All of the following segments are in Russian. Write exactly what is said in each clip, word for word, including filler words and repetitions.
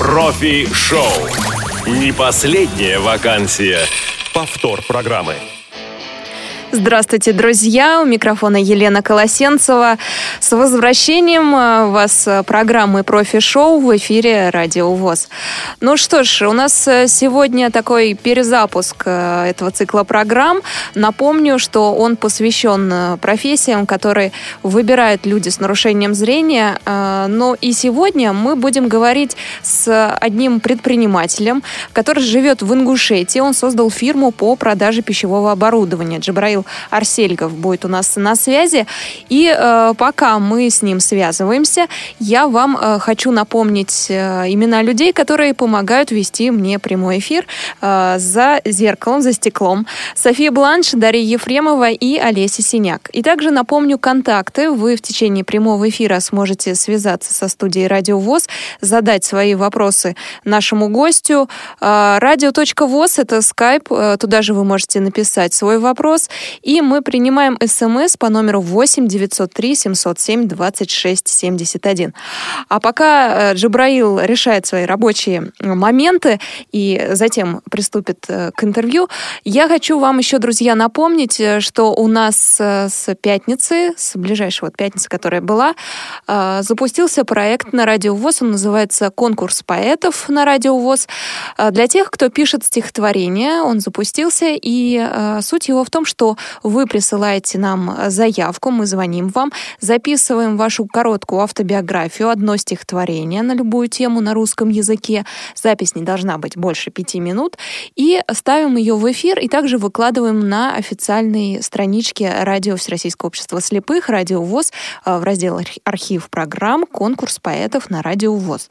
Профи-шоу. Не последняя вакансия. Повтор программы. Здравствуйте, друзья! У микрофона Елена Колосенцева. С возвращением вас программы «Профи-шоу» в эфире Радио ВОС. Ну что ж, у нас сегодня такой перезапуск этого цикла программ. Напомню, что он посвящен профессиям, которые выбирают люди с нарушением зрения. Но и сегодня мы будем говорить с одним предпринимателем, который живет в Ингушетии. Он создал фирму по продаже пищевого оборудования. Джабраил Арсельгов будет у нас на связи. И э, пока мы с ним связываемся, я вам э, хочу напомнить э, имена людей, которые помогают вести мне прямой эфир э, за зеркалом, за стеклом. София Бланш, Дарья Ефремова и Олеся Синяк. И также напомню контакты. Вы в течение прямого эфира сможете связаться со студией Радио ВОС, задать свои вопросы нашему гостю. Э, радио.воз — это скайп. Э, туда же вы можете написать свой вопрос. И мы принимаем смс по номеру восемь девятьсот три семьсот семь двадцать шесть семьдесят один. А пока Джабраил решает свои рабочие моменты и затем приступит к интервью, я хочу вам еще, друзья, напомнить, что у нас с пятницы, с ближайшей вот пятницы, которая была, запустился проект на Радио ВОС. Он называется «Конкурс поэтов» на Радио ВОС. Для тех, кто пишет стихотворения, он запустился, и суть его в том, что вы присылаете нам заявку, мы звоним вам, записываем вашу короткую автобиографию, одно стихотворение на любую тему на русском языке. Запись не должна быть больше пяти минут. И ставим ее в эфир, и также выкладываем на официальной страничке Радио Всероссийского общества слепых, Радио ВОС, в раздел «Архив программ», «Конкурс поэтов» на Радио ВОС.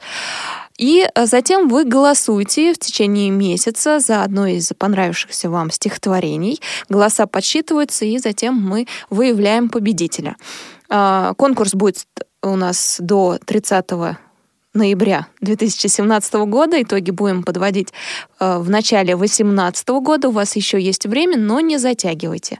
И затем вы голосуете в течение месяца за одно из понравившихся вам стихотворений. Голоса подсчитываются, и затем мы выявляем победителя. Конкурс будет у нас до тридцатого ноября две тысячи семнадцатого года. Итоги будем подводить в начале две тысячи восемнадцатого года. У вас еще есть время, но не затягивайте.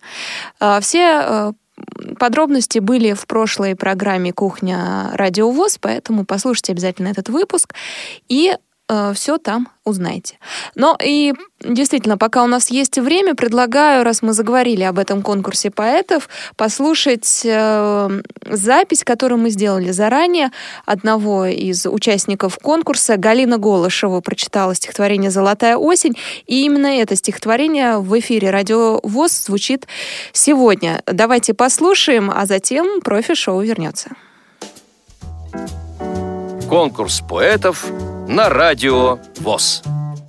Все подробности были в прошлой программе «Кухня Радио ВОС», поэтому послушайте обязательно этот выпуск и э, все там узнаете. Но и действительно, пока у нас есть время, предлагаю, раз мы заговорили об этом конкурсе поэтов, послушать э, запись, которую мы сделали заранее. Одного из участников конкурса, Галина Голышева, прочитала стихотворение «Золотая осень», и именно это стихотворение в эфире Радио ВОС звучит сегодня. Давайте послушаем, а затем профи-шоу вернется. Конкурс поэтов на Радио ВОС.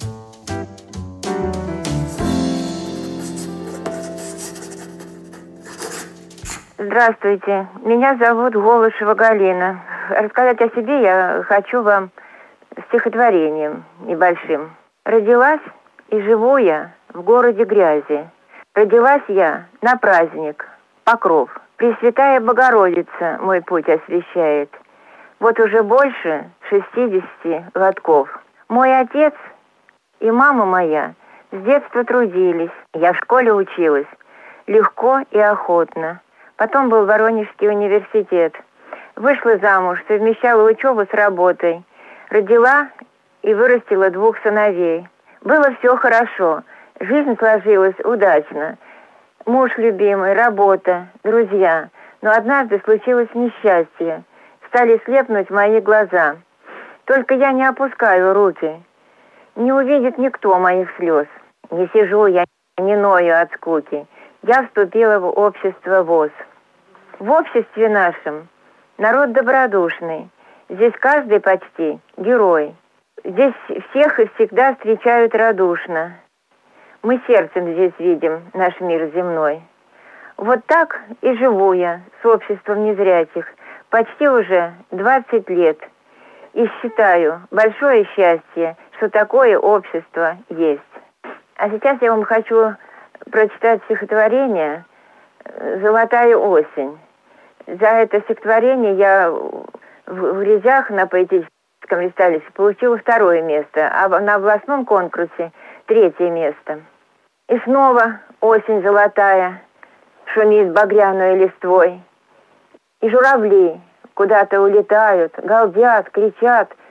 Здравствуйте, меня зовут Голышева Галина. Рассказать о себе я хочу вам стихотворением небольшим. Родилась и живу я в городе грязи. Родилась я на праздник, Покров. Пресвятая Богородица мой путь освещает. Вот уже больше шестидесяти годков. Мой отец и мама моя с детства трудились. Я в школе училась легко и охотно. Потом был Воронежский университет. Вышла замуж, совмещала учебу с работой. Родила и вырастила двух сыновей. Было все хорошо. Жизнь сложилась удачно. Муж любимый, работа, друзья. Но однажды случилось несчастье. Стали слепнуть мои глаза. Только я не опускаю руки. Не увидит никто моих слез. Не сижу я, не ною от скуки. Я вступила в общество ВОС. В обществе нашем народ добродушный. Здесь каждый почти герой. Здесь всех и всегда встречают радушно. Мы сердцем здесь видим наш мир земной. Вот так и живу я с обществом незрячих. Почти уже двадцать лет. И считаю большое счастье, что такое общество есть. А сейчас я вам хочу прочитать стихотворение «Золотая осень». За это стихотворение я в Резях на поэтическом листалище получила второе место, а на областном конкурсе третье место. И снова осень золотая шумит багряной листвой. И журавли куда-то улетают, галдят, кричат,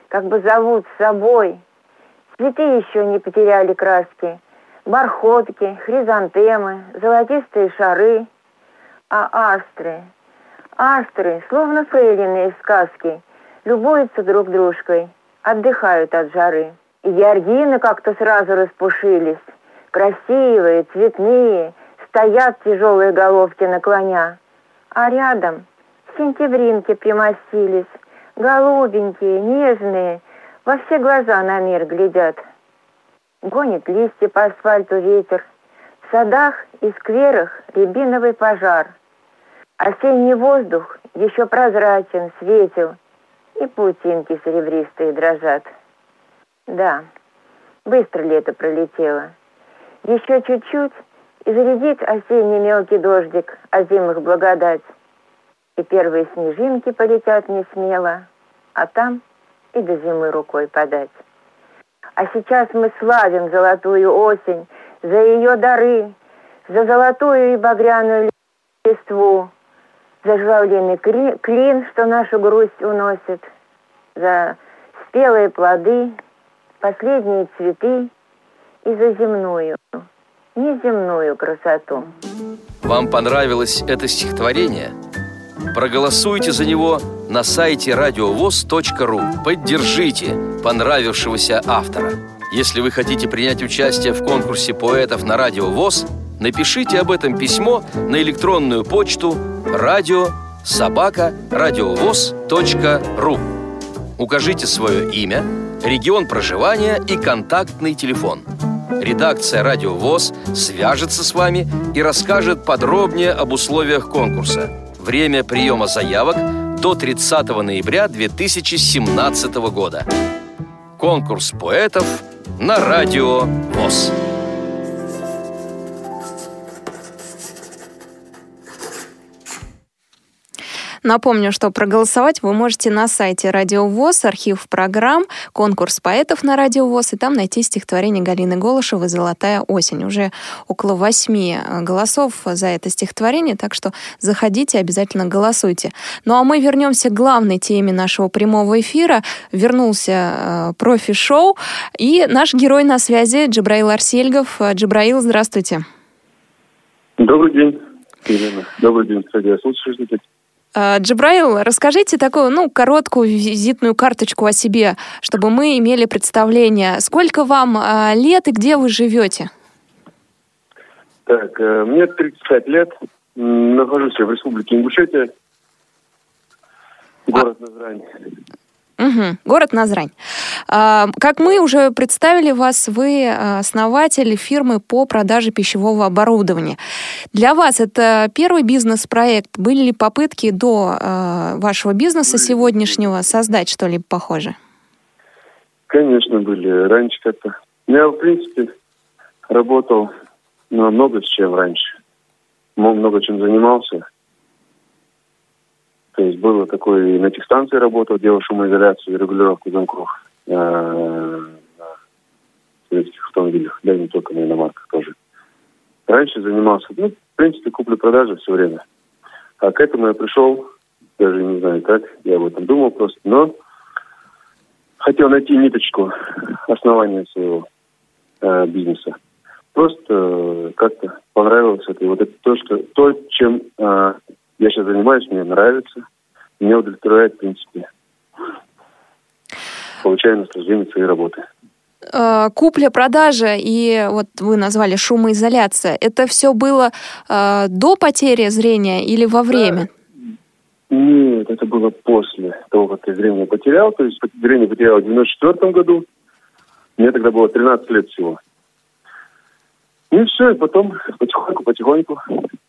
как бы зовут с собой. Цветы еще не потеряли краски. Бархотки, хризантемы, золотистые шары. А астры, астры, словно фрейлины из сказки, любуются друг дружкой, отдыхают от жары. И георгины как-то сразу распушились, красивые, цветные, стоят тяжелые головки наклоня. А рядом сентябринки примостились, голубенькие, нежные, во все глаза на мир глядят. Гонит листья по асфальту ветер, в садах и скверах рябиновый пожар. Осенний воздух еще прозрачен, светел, и паутинки серебристые дрожат. Да, быстро лето пролетело. Еще чуть-чуть, и зарядит осенний мелкий дождик, озимых благодать. И первые снежинки полетят не смело, а там и до зимы рукой подать. А сейчас мы славим золотую осень за ее дары, за золотую и багряную листву, за журавлиный клин, что нашу грусть уносит, за спелые плоды, последние цветы и за земную, неземную красоту. Вам понравилось это стихотворение? Проголосуйте за него на сайте радиовоз точка ру. Поддержите понравившегося автора. Если вы хотите принять участие в конкурсе поэтов на Радио ВОС, напишите об этом письмо на электронную почту радио собака радиовоз точка ру. Укажите свое имя, регион проживания и контактный телефон. Редакция Радио ВОС свяжется с вами и расскажет подробнее об условиях конкурса. Время приема заявок до тридцатого ноября две тысячи семнадцатого года. Конкурс поэтов на Радио ВОС. Напомню, что проголосовать вы можете на сайте Радио ВОС, архив программ, конкурс поэтов на Радио ВОС, и там найти стихотворение Галины Голышевой «Золотая осень». Уже около восьми голосов за это стихотворение, так что заходите, обязательно голосуйте. Ну а мы вернемся к главной теме нашего прямого эфира. Вернулся э, профи-шоу, и наш герой на связи Джабраил Арсельгов. Джабраил, здравствуйте. Добрый день, Елена. Добрый день, радиослушатели. Джабраил, расскажите такую, ну, короткую визитную карточку о себе, чтобы мы имели представление. Сколько вам э, лет и где вы живете? Так, э, мне тридцать пять лет. Нахожусь я в Республике Ингушетия. Город а... Назрань. Угу, город Назрань. А, как мы уже представили вас, вы основатель фирмы по продаже пищевого оборудования. Для вас это первый бизнес-проект? Были ли попытки до а, вашего бизнеса сегодняшнего создать что-либо похожее? Конечно, были. Раньше как-то... Я, в принципе, работал ну, много с чем раньше. Много чем занимался. То есть было такое, и на техстанции работал, делал шумоизоляцию и регулировку замков э, на советских автомобилях, да и не только на иномарках тоже. Раньше занимался, ну, в принципе, куплей-продажей все время. А к этому я пришел, даже не знаю как, я об этом думал просто, но хотел найти ниточку основания своего э, бизнеса. Просто э, как-то понравилось это. И вот это то, что, то чем... Э, я сейчас занимаюсь, мне нравится, меня удовлетворяет, в принципе. Получаю наслаждение своей работы. Купля-продажа и вот вы назвали шумоизоляция. Это все было э, до потери зрения или во время? Нет, это было после того, как я зрение потерял. То есть зрение потерял в девяносто четвёртом году. Мне тогда было тринадцать лет всего. И все, и потом потихоньку-потихоньку.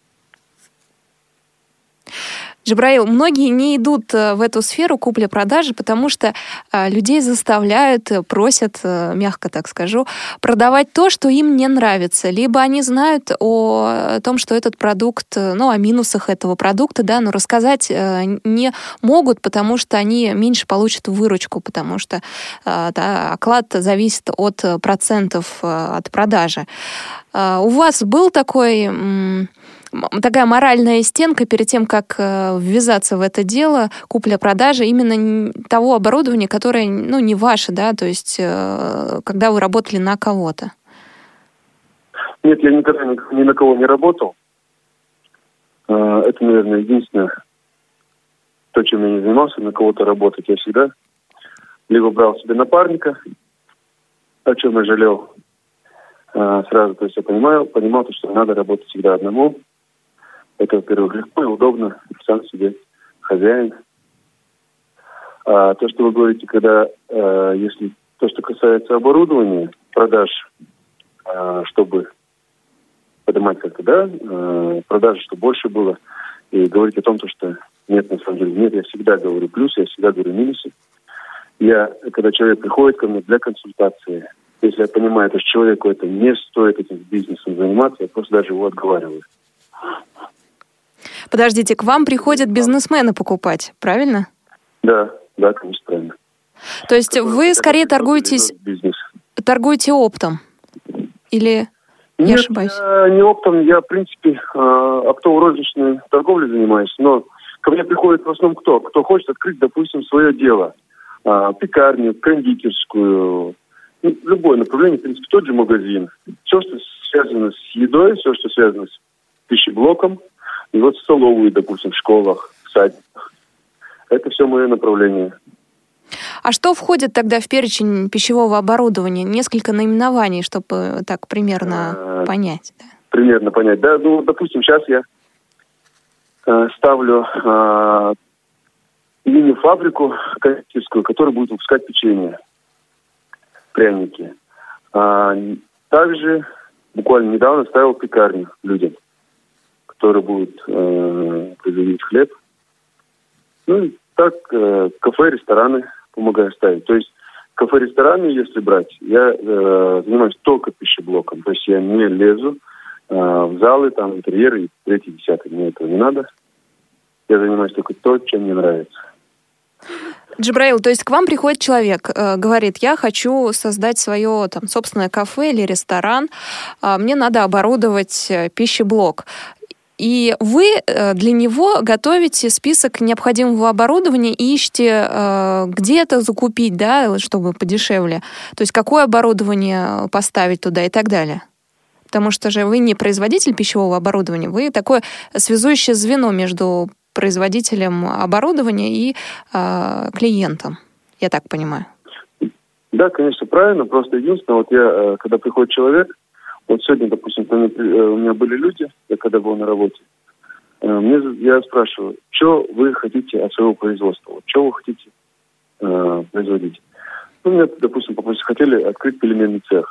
Джабраил, многие не идут в эту сферу купли-продажи, потому что а, людей заставляют, просят, мягко так скажу, продавать то, что им не нравится. Либо они знают о том, что этот продукт, ну, о минусах этого продукта, да, но рассказать а, не могут, потому что они меньше получат выручку, потому что а, да, оклад зависит от процентов а, от продажи. А, у вас был такой... М- такая моральная стенка перед тем, как ввязаться в это дело, купля-продажа именно того оборудования, которое, ну, не ваше, да, то есть когда вы работали на кого-то? Нет, я никогда ни на кого не работал. Это, наверное, единственное, то, чем я не занимался, на кого-то работать. Я всегда либо брал себе напарника, о чем я жалел сразу. То есть я понимал, понимал, что надо работать всегда одному. Это, во-первых, легко и удобно, сам себе хозяин. А то, что вы говорите, когда, э, если то, что касается оборудования, продаж, э, чтобы поднимать как-то, да, э, продажи, чтобы больше было, и говорить о том, что нет, на самом деле, нет, я всегда говорю плюсы, я всегда говорю минусы. Я, когда человек приходит ко мне для консультации, если я понимаю, что человеку это не стоит этим бизнесом заниматься, я просто даже его отговариваю. Подождите, к вам приходят бизнесмены покупать, правильно? Да, да, конечно, правильно. То есть Какой вы скорее торгуетесь, торгуете оптом? Или Нет, я ошибаюсь? Я не оптом, я, в принципе, оптово-розничной торговлей занимаюсь, но ко мне приходит в основном кто? Кто хочет открыть, допустим, свое дело. Пекарню, кондитерскую, ну, любое направление, в принципе, тот же магазин. Все, что связано с едой, все, что связано с пищеблоком, и вот столовые, допустим, в школах, в садиках. Это все мое направление. А что входит тогда в перечень пищевого оборудования? Несколько наименований, чтобы так примерно а, понять. Да? Примерно понять, да. Ну, допустим, сейчас я э, ставлю э, мини-фабрику кондитерскую, которая будет выпускать печенье, пряники. А, также буквально недавно ставил пекарню людям, которые будут э, производить хлеб. Ну и так э, кафе, рестораны помогаю ставить. То есть кафе, рестораны, если брать, я э, занимаюсь только пищеблоком. То есть я не лезу э, в залы, там, интерьеры и третий, десятый. Мне этого не надо. Я занимаюсь только то, чем мне нравится. Джибраил, то есть к вам приходит человек, э, говорит, я хочу создать свое там, собственное кафе или ресторан, э, мне надо оборудовать э, пищеблок. И вы для него готовите список необходимого оборудования и ищете, где это закупить, да, чтобы подешевле. То есть какое оборудование поставить туда и так далее. Потому что же вы не производитель пищевого оборудования, вы такое связующее звено между производителем оборудования и э, клиентом. Я так понимаю. Да, конечно, правильно. Просто единственное, вот я, когда приходит человек, вот сегодня, допустим, у меня были люди, я когда был на работе, мне, я спрашиваю, что вы хотите от своего производства, вот, что вы хотите э, производить. Ну, мне, допустим, попросили, хотели открыть пельменный цех,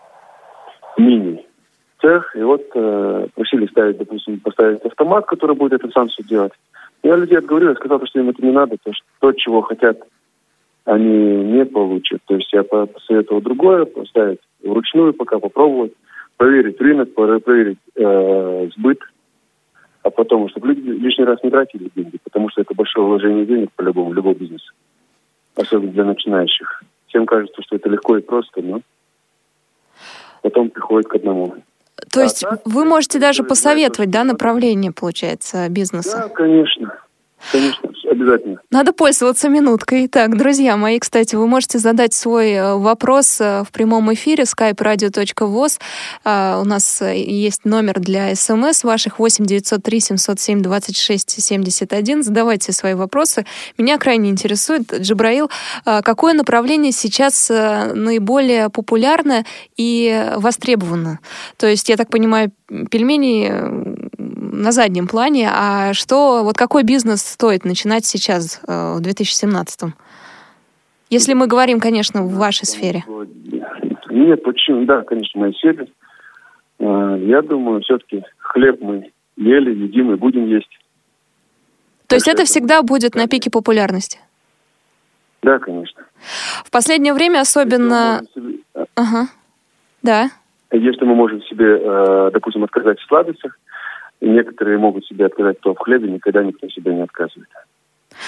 мини-цех, и вот э, просили ставить, допустим, поставить автомат, который будет это сам все делать. Я людей отговорил, я сказал, что им это не надо, то, что то, чего хотят, они не получат. То есть я посоветовал другое, поставить вручную пока, попробовать, проверить рынок, проверить э, сбыт, а потом, чтобы люди лишний раз не тратили деньги, потому что это большое вложение денег по-любому, любого бизнеса, особенно для начинающих. Всем кажется, что это легко и просто, но потом приходит к одному. То а есть так, вы можете даже посоветовать, да, направление, получается, бизнеса? Да, конечно. Конечно, обязательно. Надо пользоваться минуткой. Так, друзья мои, кстати, вы можете задать свой вопрос в прямом эфире skype radio точка voz. У нас есть номер для смс ваших восемь девятьсот три семьсот семь двадцать шесть семьдесят один. Задавайте свои вопросы. Меня крайне интересует, Джибраил, какое направление сейчас наиболее популярно и востребовано? То есть, я так понимаю, пельмени на заднем плане, а что, вот какой бизнес стоит начинать сейчас, э, в две тысячи семнадцатом? Если мы говорим, конечно, в вашей сфере. Нет, почему? Да, конечно, в моей сфере. Я думаю, все-таки хлеб мы ели, едим и будем есть. То есть это всегда будет на пике популярности? Да, конечно. В последнее время особенно... Себе... Ага, да. Если мы можем себе, допустим, отказать в сладостях, и некоторые могут себе отказать то в хлебе, никогда никто себе не отказывает.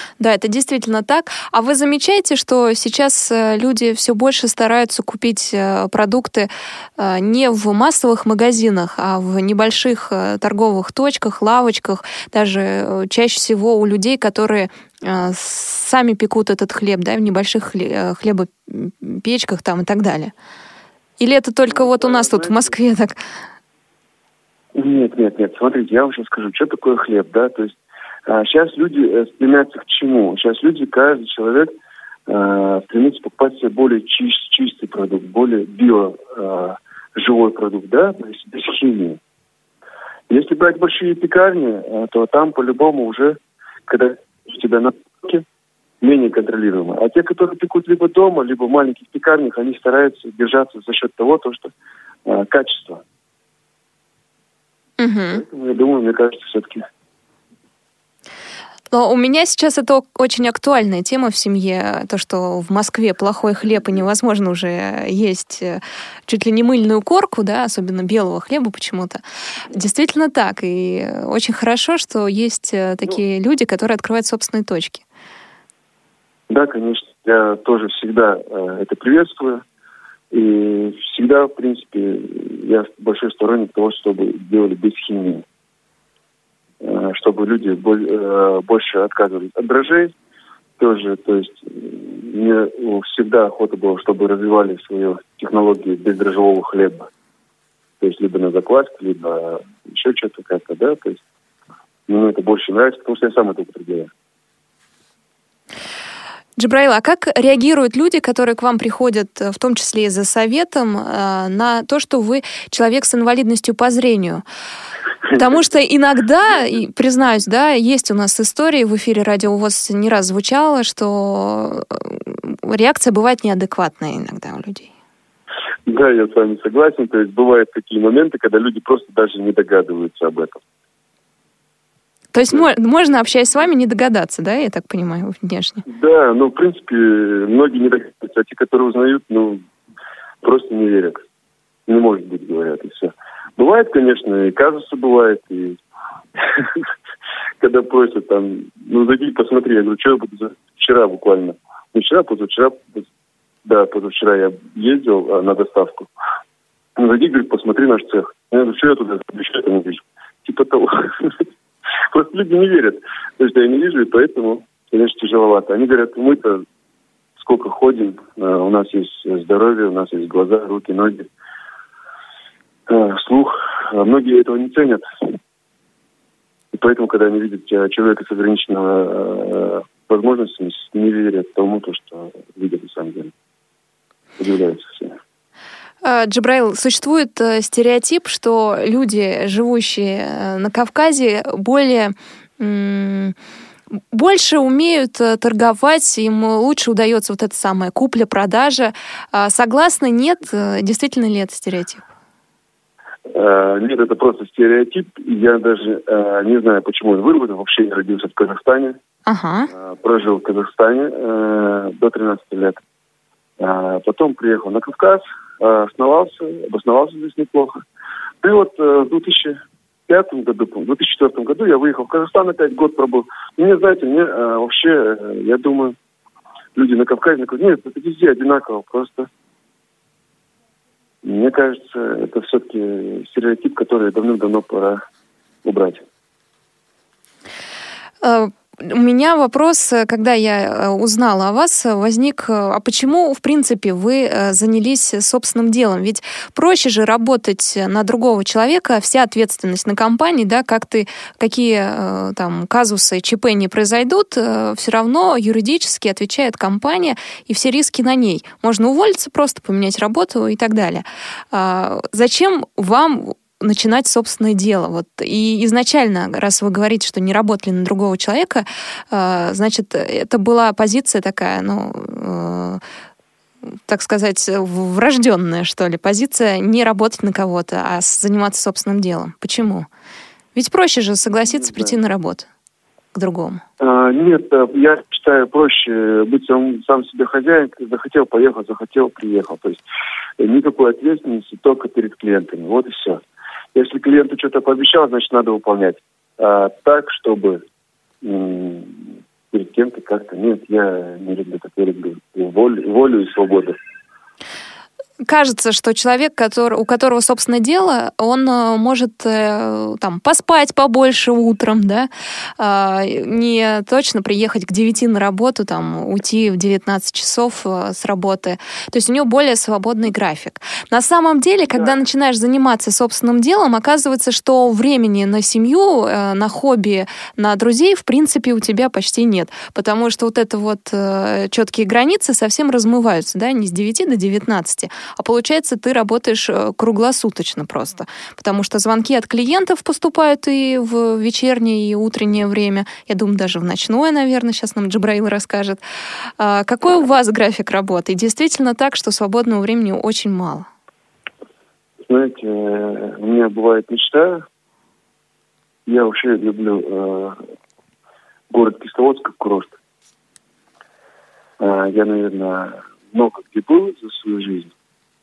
Да, это действительно так. А вы замечаете, что сейчас люди все больше стараются купить продукты не в массовых магазинах, а в небольших торговых точках, лавочках, даже чаще всего у людей, которые сами пекут этот хлеб, да, в небольших хлебопечках там и так далее? Или это только вот у нас тут в Москве так? Нет, нет, нет. Смотрите, я вам сейчас скажу, что такое хлеб, да, то есть а, сейчас люди э, стремятся к чему? Сейчас люди, каждый человек э, стремится покупать себе более чист, чистый продукт, более био, э, живой продукт, да, то есть без химии. Если брать большие пекарни, э, то там по-любому уже, когда у тебя на полке, менее контролируемо. А те, которые пекут либо дома, либо в маленьких пекарнях, они стараются держаться за счет того, то, что э, качество. Угу. Поэтому, я думаю, мне кажется, все-таки... Но у меня сейчас это очень актуальная тема в семье, то, что в Москве плохой хлеб и невозможно уже есть чуть ли не мыльную корку, да, особенно белого хлеба почему-то. Действительно так. И очень хорошо, что есть такие ну, люди, которые открывают собственные точки. Да, конечно. Я тоже всегда э, это приветствую. И всегда, в принципе, я большой сторонник того, чтобы делали без химии. Чтобы люди больше отказывались от дрожжей тоже. То есть мне всегда охота была, чтобы развивали свою технологию бездрожжевого хлеба. То есть либо на закваске, либо еще что-то как-то, да. То есть мне это больше нравится, потому что я сам это употребляю. Джабраил, а как реагируют люди, которые к вам приходят, в том числе и за советом, на то, что вы человек с инвалидностью по зрению? Потому что иногда, признаюсь, да, есть у нас истории, в эфире Радио ВОС не раз звучало, что реакция бывает неадекватная иногда у людей. Да, я с вами согласен. То есть бывают такие моменты, когда люди просто даже не догадываются об этом. То есть да. Можно, общаясь с вами, не догадаться, да, я так понимаю, внешне? Да, ну, в принципе, многие не догадываются, а те, которые узнают, ну, просто не верят. Не может быть, говорят, и все. Бывает, конечно, и казусы бывает, и когда просят там, ну, зайди, посмотри, я говорю, что я буду вчера буквально. Не вчера, позавчера, да, позавчера я ездил на доставку. Ну, зайди, говорит, посмотри наш цех. Я говорю, что я туда еще это не вижу. Типа того. Просто люди не верят, потому что я не вижу, и поэтому, конечно, тяжеловато. Они говорят, мы-то сколько ходим, у нас есть здоровье, у нас есть глаза, руки, ноги, слух. Многие этого не ценят. И поэтому, когда они видят человека с ограниченными возможностями, не верят тому, то, что видят на самом деле. Удивляются все. Джабраил, существует стереотип, что люди, живущие на Кавказе, более, больше умеют торговать, им лучше удается вот эта самая купля-продажа. Согласны, нет? Действительно ли это стереотип? Нет, это просто стереотип. Я даже не знаю, почему он выработан. Вообще я родился в Казахстане. Ага. Прожил в Казахстане до тринадцати лет. Потом приехал на Кавказ. Основался, обосновался здесь неплохо. И вот в две тысячи пятом году, в две тысячи четвёртом году я выехал в Казахстан, опять год пробыл. И мне, знаете, мне а, вообще, я думаю, люди на Кавказе, нет, это везде одинаково, просто мне кажется, это все-таки стереотип, который давным-давно пора убрать. У меня вопрос, когда я узнала о вас, возник, а почему, в принципе, вы занялись собственным делом? Ведь проще же работать на другого человека, вся ответственность на компании, да, как ты, какие там казусы, ЧП не произойдут, все равно юридически отвечает компания, и все риски на ней. Можно уволиться, просто поменять работу и так далее. Зачем вам начинать собственное дело? Вот. И изначально, раз вы говорите, что не работали на другого человека, э, значит, это была позиция такая, ну, э, так сказать, врожденная, что ли, позиция не работать на кого-то, а заниматься собственным делом. Почему? Ведь проще же согласиться прийти на работу к другому. А, нет, я считаю проще быть сам, сам себе хозяин. Захотел, поехал, захотел, приехал. То есть никакой ответственности, только перед клиентами. Вот и все. Если клиенту что-то пообещал, значит, надо выполнять. А, так, чтобы м- перед кем-то как-то. Нет, я не люблю так, я люблю волю, волю и свободу. Кажется, что человек, который, у которого собственное дело, он может там поспать побольше утром, да, не точно приехать к девяти на работу, там, уйти в девятнадцать часов с работы. То есть у него более свободный график. На самом деле, когда да. начинаешь заниматься собственным делом, оказывается, что времени на семью, на хобби, на друзей, в принципе, у тебя почти нет. Потому что вот это вот четкие границы совсем размываются, да, не с девяти до девятнадцати. А получается, ты работаешь круглосуточно просто, потому что звонки от клиентов поступают и в вечернее, и утреннее время. Я думаю, даже в ночное, наверное, сейчас нам Джабраил расскажет. А какой у вас график работы? И действительно так, что свободного времени очень мало? Знаете, у меня бывает мечта. Я вообще люблю э, город Кисловодск как курорт. Э, я, наверное, много где был за свою жизнь.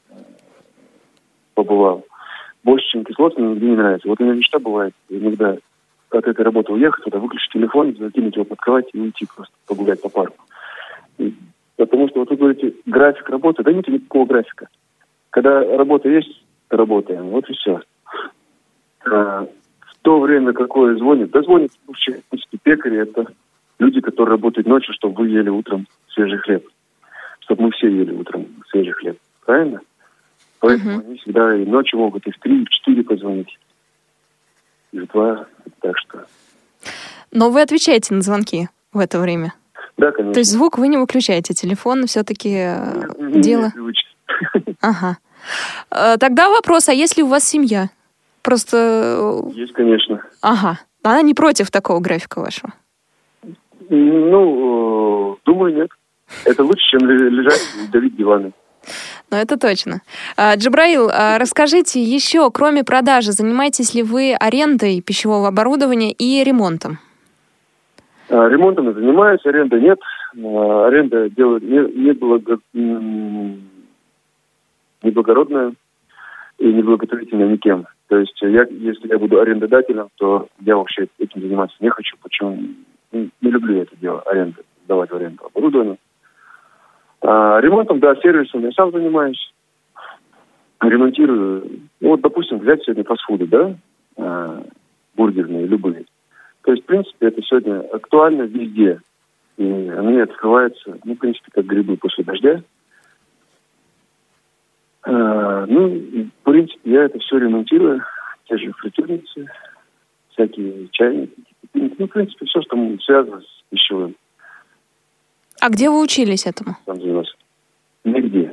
Побывал. Больше, чем Кисловодск, мне нигде не нравится. Вот у меня мечта бывает иногда от этой работы уехать, туда выключить телефон, закинуть его под кровать и уйти просто погулять по парку. И, потому что вот вы говорите, график работы, да нет никакого графика. Когда работа есть, работаем, вот и все. А, в то время, какое звонит, да звонит, в принципе, пекари, это люди, которые работают ночью, чтобы вы ели утром свежий хлеб. Чтобы мы все ели утром свежий хлеб. Правильно? Поэтому uh-huh. они всегда и ночью могут и в три, и в четыре позвонить. И в два. Так что... Но вы отвечаете на звонки в это время? Да, конечно. То есть звук вы не выключаете, телефон все-таки не, дело... Не ага. Тогда вопрос, а есть ли у вас семья? Просто... Есть, конечно. Ага. Она не против такого графика вашего? Ну, думаю, нет. Это лучше, чем лежать и давить диваны. Ну, это точно. Джабраил, расскажите еще, кроме продажи, занимаетесь ли вы арендой пищевого оборудования и ремонтом? Ремонтом я занимаюсь, аренды нет. Аренда делает неблагородная и неблаготворительная никем. То есть, я, если я буду арендодателем, то я вообще этим заниматься не хочу. Почему? Не люблю это дело, аренду, давать в аренду оборудование. А, ремонтом, да, сервисом я сам занимаюсь. Ремонтирую. Ну, вот, допустим, взять сегодня фастфуды, да, а, бургерные, любые. То есть, в принципе, это сегодня актуально везде. И они открываются, ну, в принципе, как грибы после дождя. А, ну, в принципе, я это все ремонтирую. Те же фритюрницы, всякие чайники. Ну, в принципе, все, что связано с пищевым. А где вы учились этому? Нигде.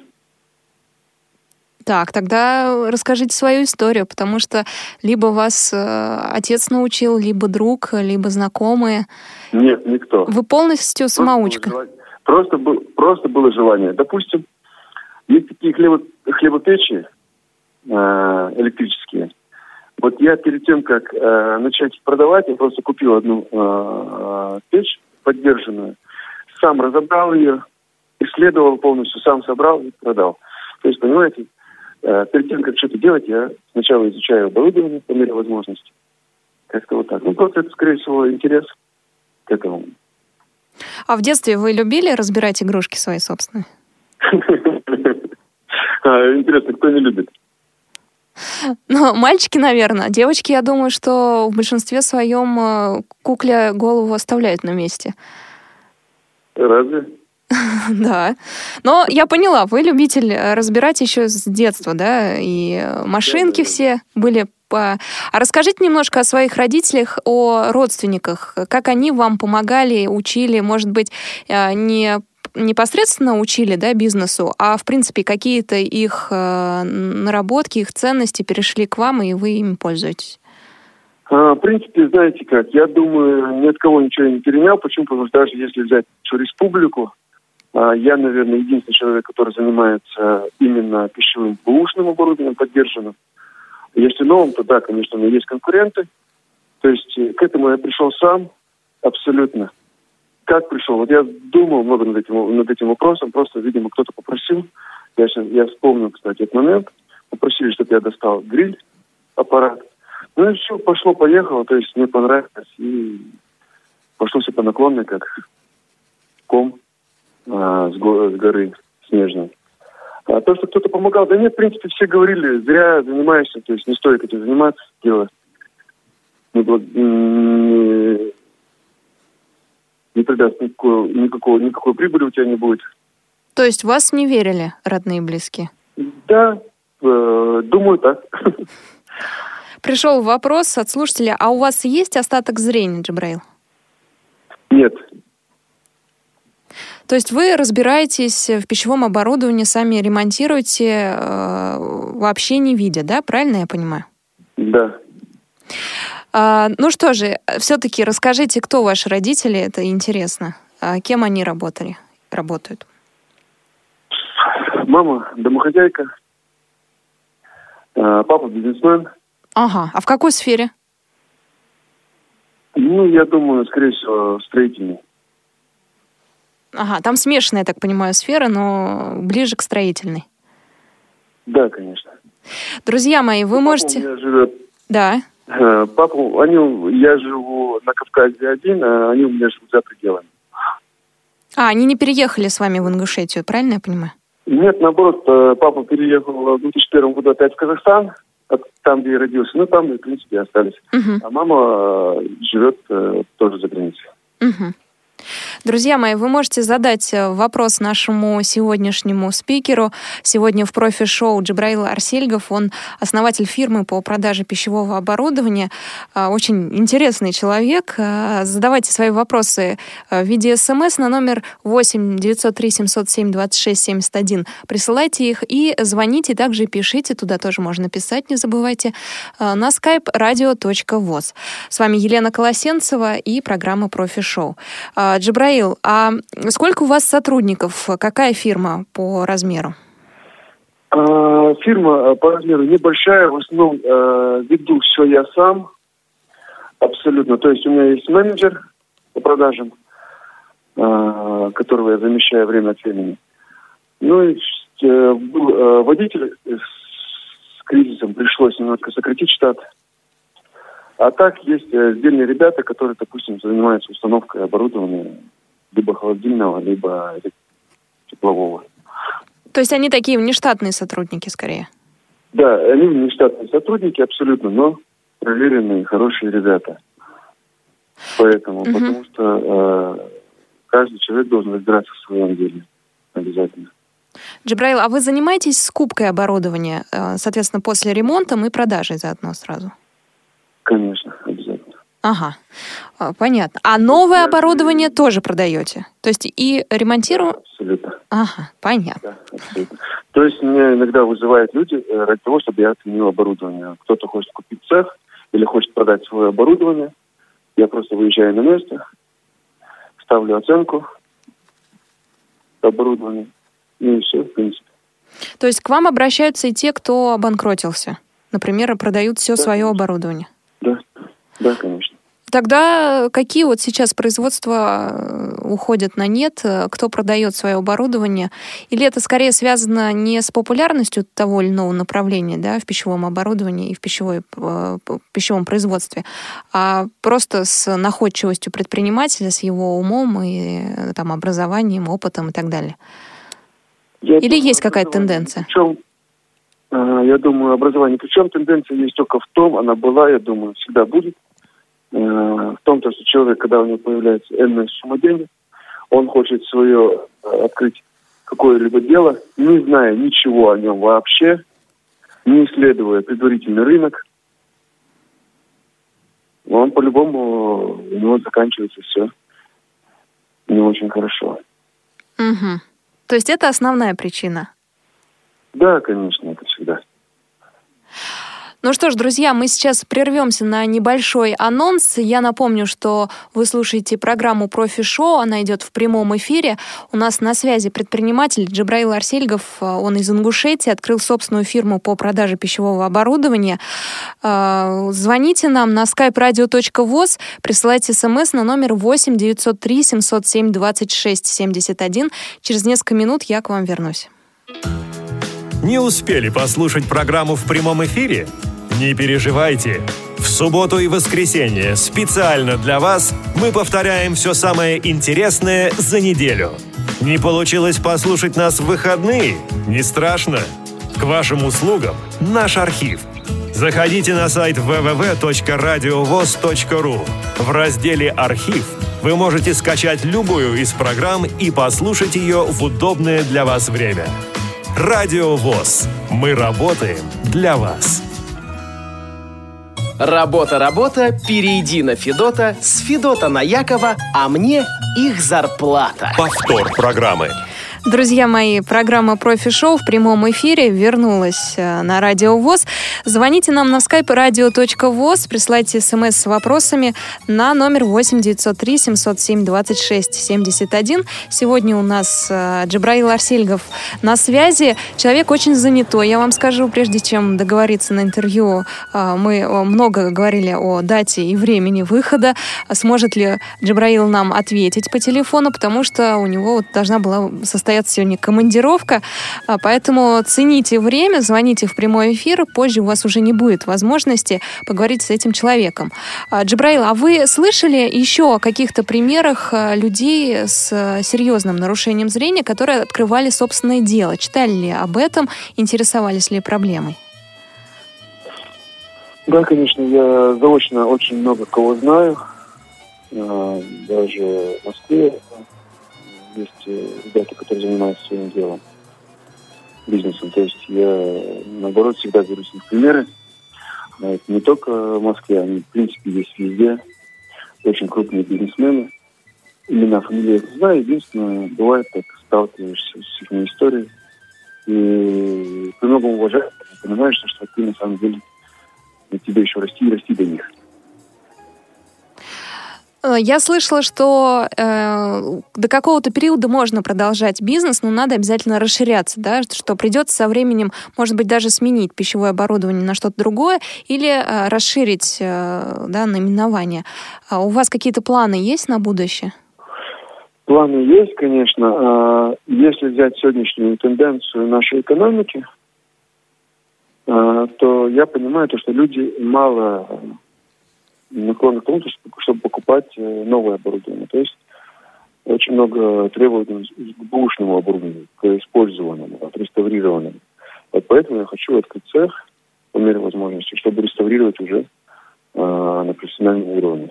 Так, тогда расскажите свою историю, потому что либо вас э, отец научил, либо друг, либо знакомые. Нет, никто. Вы полностью просто самоучка? Было просто, был, просто было желание. Допустим, есть такие хлебо, хлебопечи э, электрические. Вот я перед тем, как э, начать продавать, я просто купил одну э, печь поддержанную, сам разобрал ее, исследовал полностью, сам собрал и продал. То есть, понимаете, э, перед тем, как что-то делать, я сначала изучаю оборудование по мере возможности. Как-то вот так. Ну, просто это, скорее всего, интерес к этому. А в детстве вы любили разбирать игрушки свои собственные? Интересно, кто не любит? Ну, мальчики, наверное. Девочки, я думаю, что в большинстве своем кукле голову оставляют на месте. Разве? Да. Но я поняла, вы любитель разбирать еще с детства, да? И машинки все были по... А расскажите немножко о своих родителях, о родственниках. Как они вам помогали, учили, может быть, не непосредственно учили, да, бизнесу, а, в принципе, какие-то их наработки, их ценности перешли к вам, и вы ими пользуетесь? В принципе, знаете как, я думаю, ни от кого ничего не перенял. Почему? Потому что даже если взять нашу республику, я, наверное, единственный человек, который занимается именно пищевым бэушным оборудованием поддержанным. Если новым, то да, конечно, у меня есть конкуренты. То есть к этому я пришел сам абсолютно. Как пришел? Вот я думал много над этим, над этим вопросом, просто, видимо, кто-то попросил. Я, сейчас, я вспомнил, кстати, этот момент. Попросили, чтобы я достал гриль, аппарат. Ну и все, пошло-поехало, то есть мне понравилось, и пошло все по наклонной, как ком а, с, го- с горы снежной. А то, что кто-то помогал, да нет, в принципе, все говорили, зря занимаешься, то есть не стоит этим заниматься, дело не, не, не придаст никакого, никакого, никакой прибыли у тебя не будет. То есть вас не верили родные и близкие? Да, э, думаю так. Пришел вопрос от слушателя, а у вас есть остаток зрения, Джибраил? Нет. То есть вы разбираетесь в пищевом оборудовании, сами ремонтируете, э, вообще не видя, да? Правильно я понимаю? Да. А, ну что же, все-таки расскажите, кто ваши родители, это интересно. А кем они работали, работают? Мама домохозяйка, папа бизнесмен. Ага, а в какой сфере? Ну, я думаю, скорее всего, строительный. Ага, там смешанная, я так понимаю, сфера, но ближе к строительной. Да, конечно. Друзья мои, вы папа можете... у меня живет... Да. Папа, они, я живу на Кавказе один, а они у меня живут за пределами. А, они не переехали с вами в Ингушетию, правильно я понимаю? Нет, наоборот, папа переехал в две тысячи первом году опять в Казахстан, там, где я родился. Ну, там, в принципе, остались. Угу. А мама живет тоже за границей. Угу. Друзья мои, вы можете задать вопрос нашему сегодняшнему спикеру. Сегодня в профи-шоу Джибраил Арсельгов. Он основатель фирмы по продаже пищевого оборудования. Очень интересный человек. Задавайте свои вопросы в виде смс на номер восемь девятьсот три семьсот семь двадцать шесть семьдесят один. Присылайте их и звоните, также пишите. Туда тоже можно писать, не забывайте. На skype radio точка voz. С вами Елена Колосенцева и программа профи-шоу. Джибраил, а сколько у вас сотрудников? Какая фирма по размеру? А, фирма по размеру небольшая. В основном э, веду все я сам. Абсолютно. То есть у меня есть менеджер по продажам, э, которого я замещаю время от времени. Ну и э, был э, водитель с кризисом. Пришлось немножко сократить штат. А так есть отдельные ребята, которые, допустим, занимаются установкой оборудования либо холодильного, либо теплового. То есть они такие внештатные сотрудники скорее? Да, они внештатные сотрудники абсолютно, но проверенные, хорошие ребята. Поэтому, угу. потому что э, каждый человек должен разбираться в своем деле. Обязательно. Джибраил, а вы занимаетесь скупкой оборудования, соответственно, после ремонта и продажей заодно сразу? Конечно, обязательно. Ага, понятно. А новое оборудование тоже продаете? То есть и ремонтирую? Да, абсолютно. Ага, понятно. Да, абсолютно. То есть меня иногда вызывают люди ради того, чтобы я отменил оборудование. Кто-то хочет купить цех или хочет продать свое оборудование. Я просто выезжаю на место, ставлю оценку оборудования, и все, в принципе. То есть к вам обращаются и те, кто обанкротился? Например, продают все да, свое конечно. оборудование? Да, да, конечно. Тогда какие вот сейчас производства уходят на нет? Кто продает свое оборудование? Или это скорее связано не с популярностью того или иного направления, да, в пищевом оборудовании и в пищевой, в пищевом производстве, а просто с находчивостью предпринимателя, с его умом и там, образованием, опытом и так далее? Я Или думаю, есть какая-то тенденция? Причем, я думаю, образование. Причем тенденция есть только в том, она была, я думаю, всегда будет, в том, что человек, когда у него появляется энная сумма денег, он хочет свое открыть какое-либо дело, не зная ничего о нем вообще, не исследуя предварительный рынок, он по-любому, у него заканчивается все не очень хорошо. Угу. То есть это основная причина? Да, конечно, это всегда. Ну что ж, друзья, мы сейчас прервемся на небольшой анонс. Я напомню, что вы слушаете программу «Профи-шоу». Она идет в прямом эфире. У нас на связи предприниматель Джибраил Арсельгов. Он из Ингушетии, открыл собственную фирму по продаже пищевого оборудования. Звоните нам на skype radio точка voz, присылайте смс на номер восемь девятьсот три семьсот семь двадцать шесть семьдесят один. Через несколько минут я к вам вернусь. Не успели послушать программу в прямом эфире? Не переживайте. В В субботу и воскресенье специально для вас мы повторяем все самое интересное за неделю. Не получилось послушать нас в выходные? Не страшно. К вашим услугам наш архив. Заходите на сайт дабл ю дабл ю дабл ю точка радиовоз точка ру. В разделе «Архив» вы можете скачать любую из программ и послушать ее в удобное для вас время. Радио ВОС. Мы работаем для вас. Работа, работа, перейди на Федота, с Федота на Якова, а мне их зарплата. Повтор программы. Друзья мои, программа «Профи-шоу» в прямом эфире вернулась на Радио ВОС. Звоните нам на скайп радио точка воз, присылайте смс с вопросами на номер восемь девятьсот три семьсот семь двадцать шесть семьдесят один. Сегодня у нас Джабраил Арсельгов на связи. Человек очень занятой, я вам скажу, прежде чем договориться на интервью. Мы много говорили о дате и времени выхода. Сможет ли Джабраил нам ответить по телефону, потому что у него вот должна была состояться сегодня командировка, поэтому цените время, звоните в прямой эфир, позже у вас уже не будет возможности поговорить с этим человеком. Джабраил, а вы слышали еще о каких-то примерах людей с серьезным нарушением зрения, которые открывали собственное дело? Читали ли об этом? Интересовались ли проблемой? Да, конечно, я заочно очень много кого знаю, даже в Москве. Есть ребята, которые занимаются своим делом, бизнесом. То есть я, наоборот, всегда беру с них примеры. Это не только в Москве, они, в принципе, есть везде. Очень крупные бизнесмены. Имена, фамилии я не знаю. Единственное, бывает так, сталкиваешься с их историей. И при многом уважаешь, понимаешь, что ты на самом деле тебе еще расти и расти до них. Я слышала, что э, до какого-то периода можно продолжать бизнес, но надо обязательно расширяться, да, что придется со временем, может быть, даже сменить пищевое оборудование на что-то другое или э, расширить э, да, наименование. А у вас какие-то планы есть на будущее? Планы есть, конечно. Если взять сегодняшнюю тенденцию нашей экономики, то я понимаю, что люди мало наклонны к тому, чтобы покупать новое оборудование. То есть очень много требований к бэушному оборудованию, к использованному, отреставрированному. Вот поэтому я хочу открыть цех по мере возможности, чтобы реставрировать уже э, на профессиональном уровне.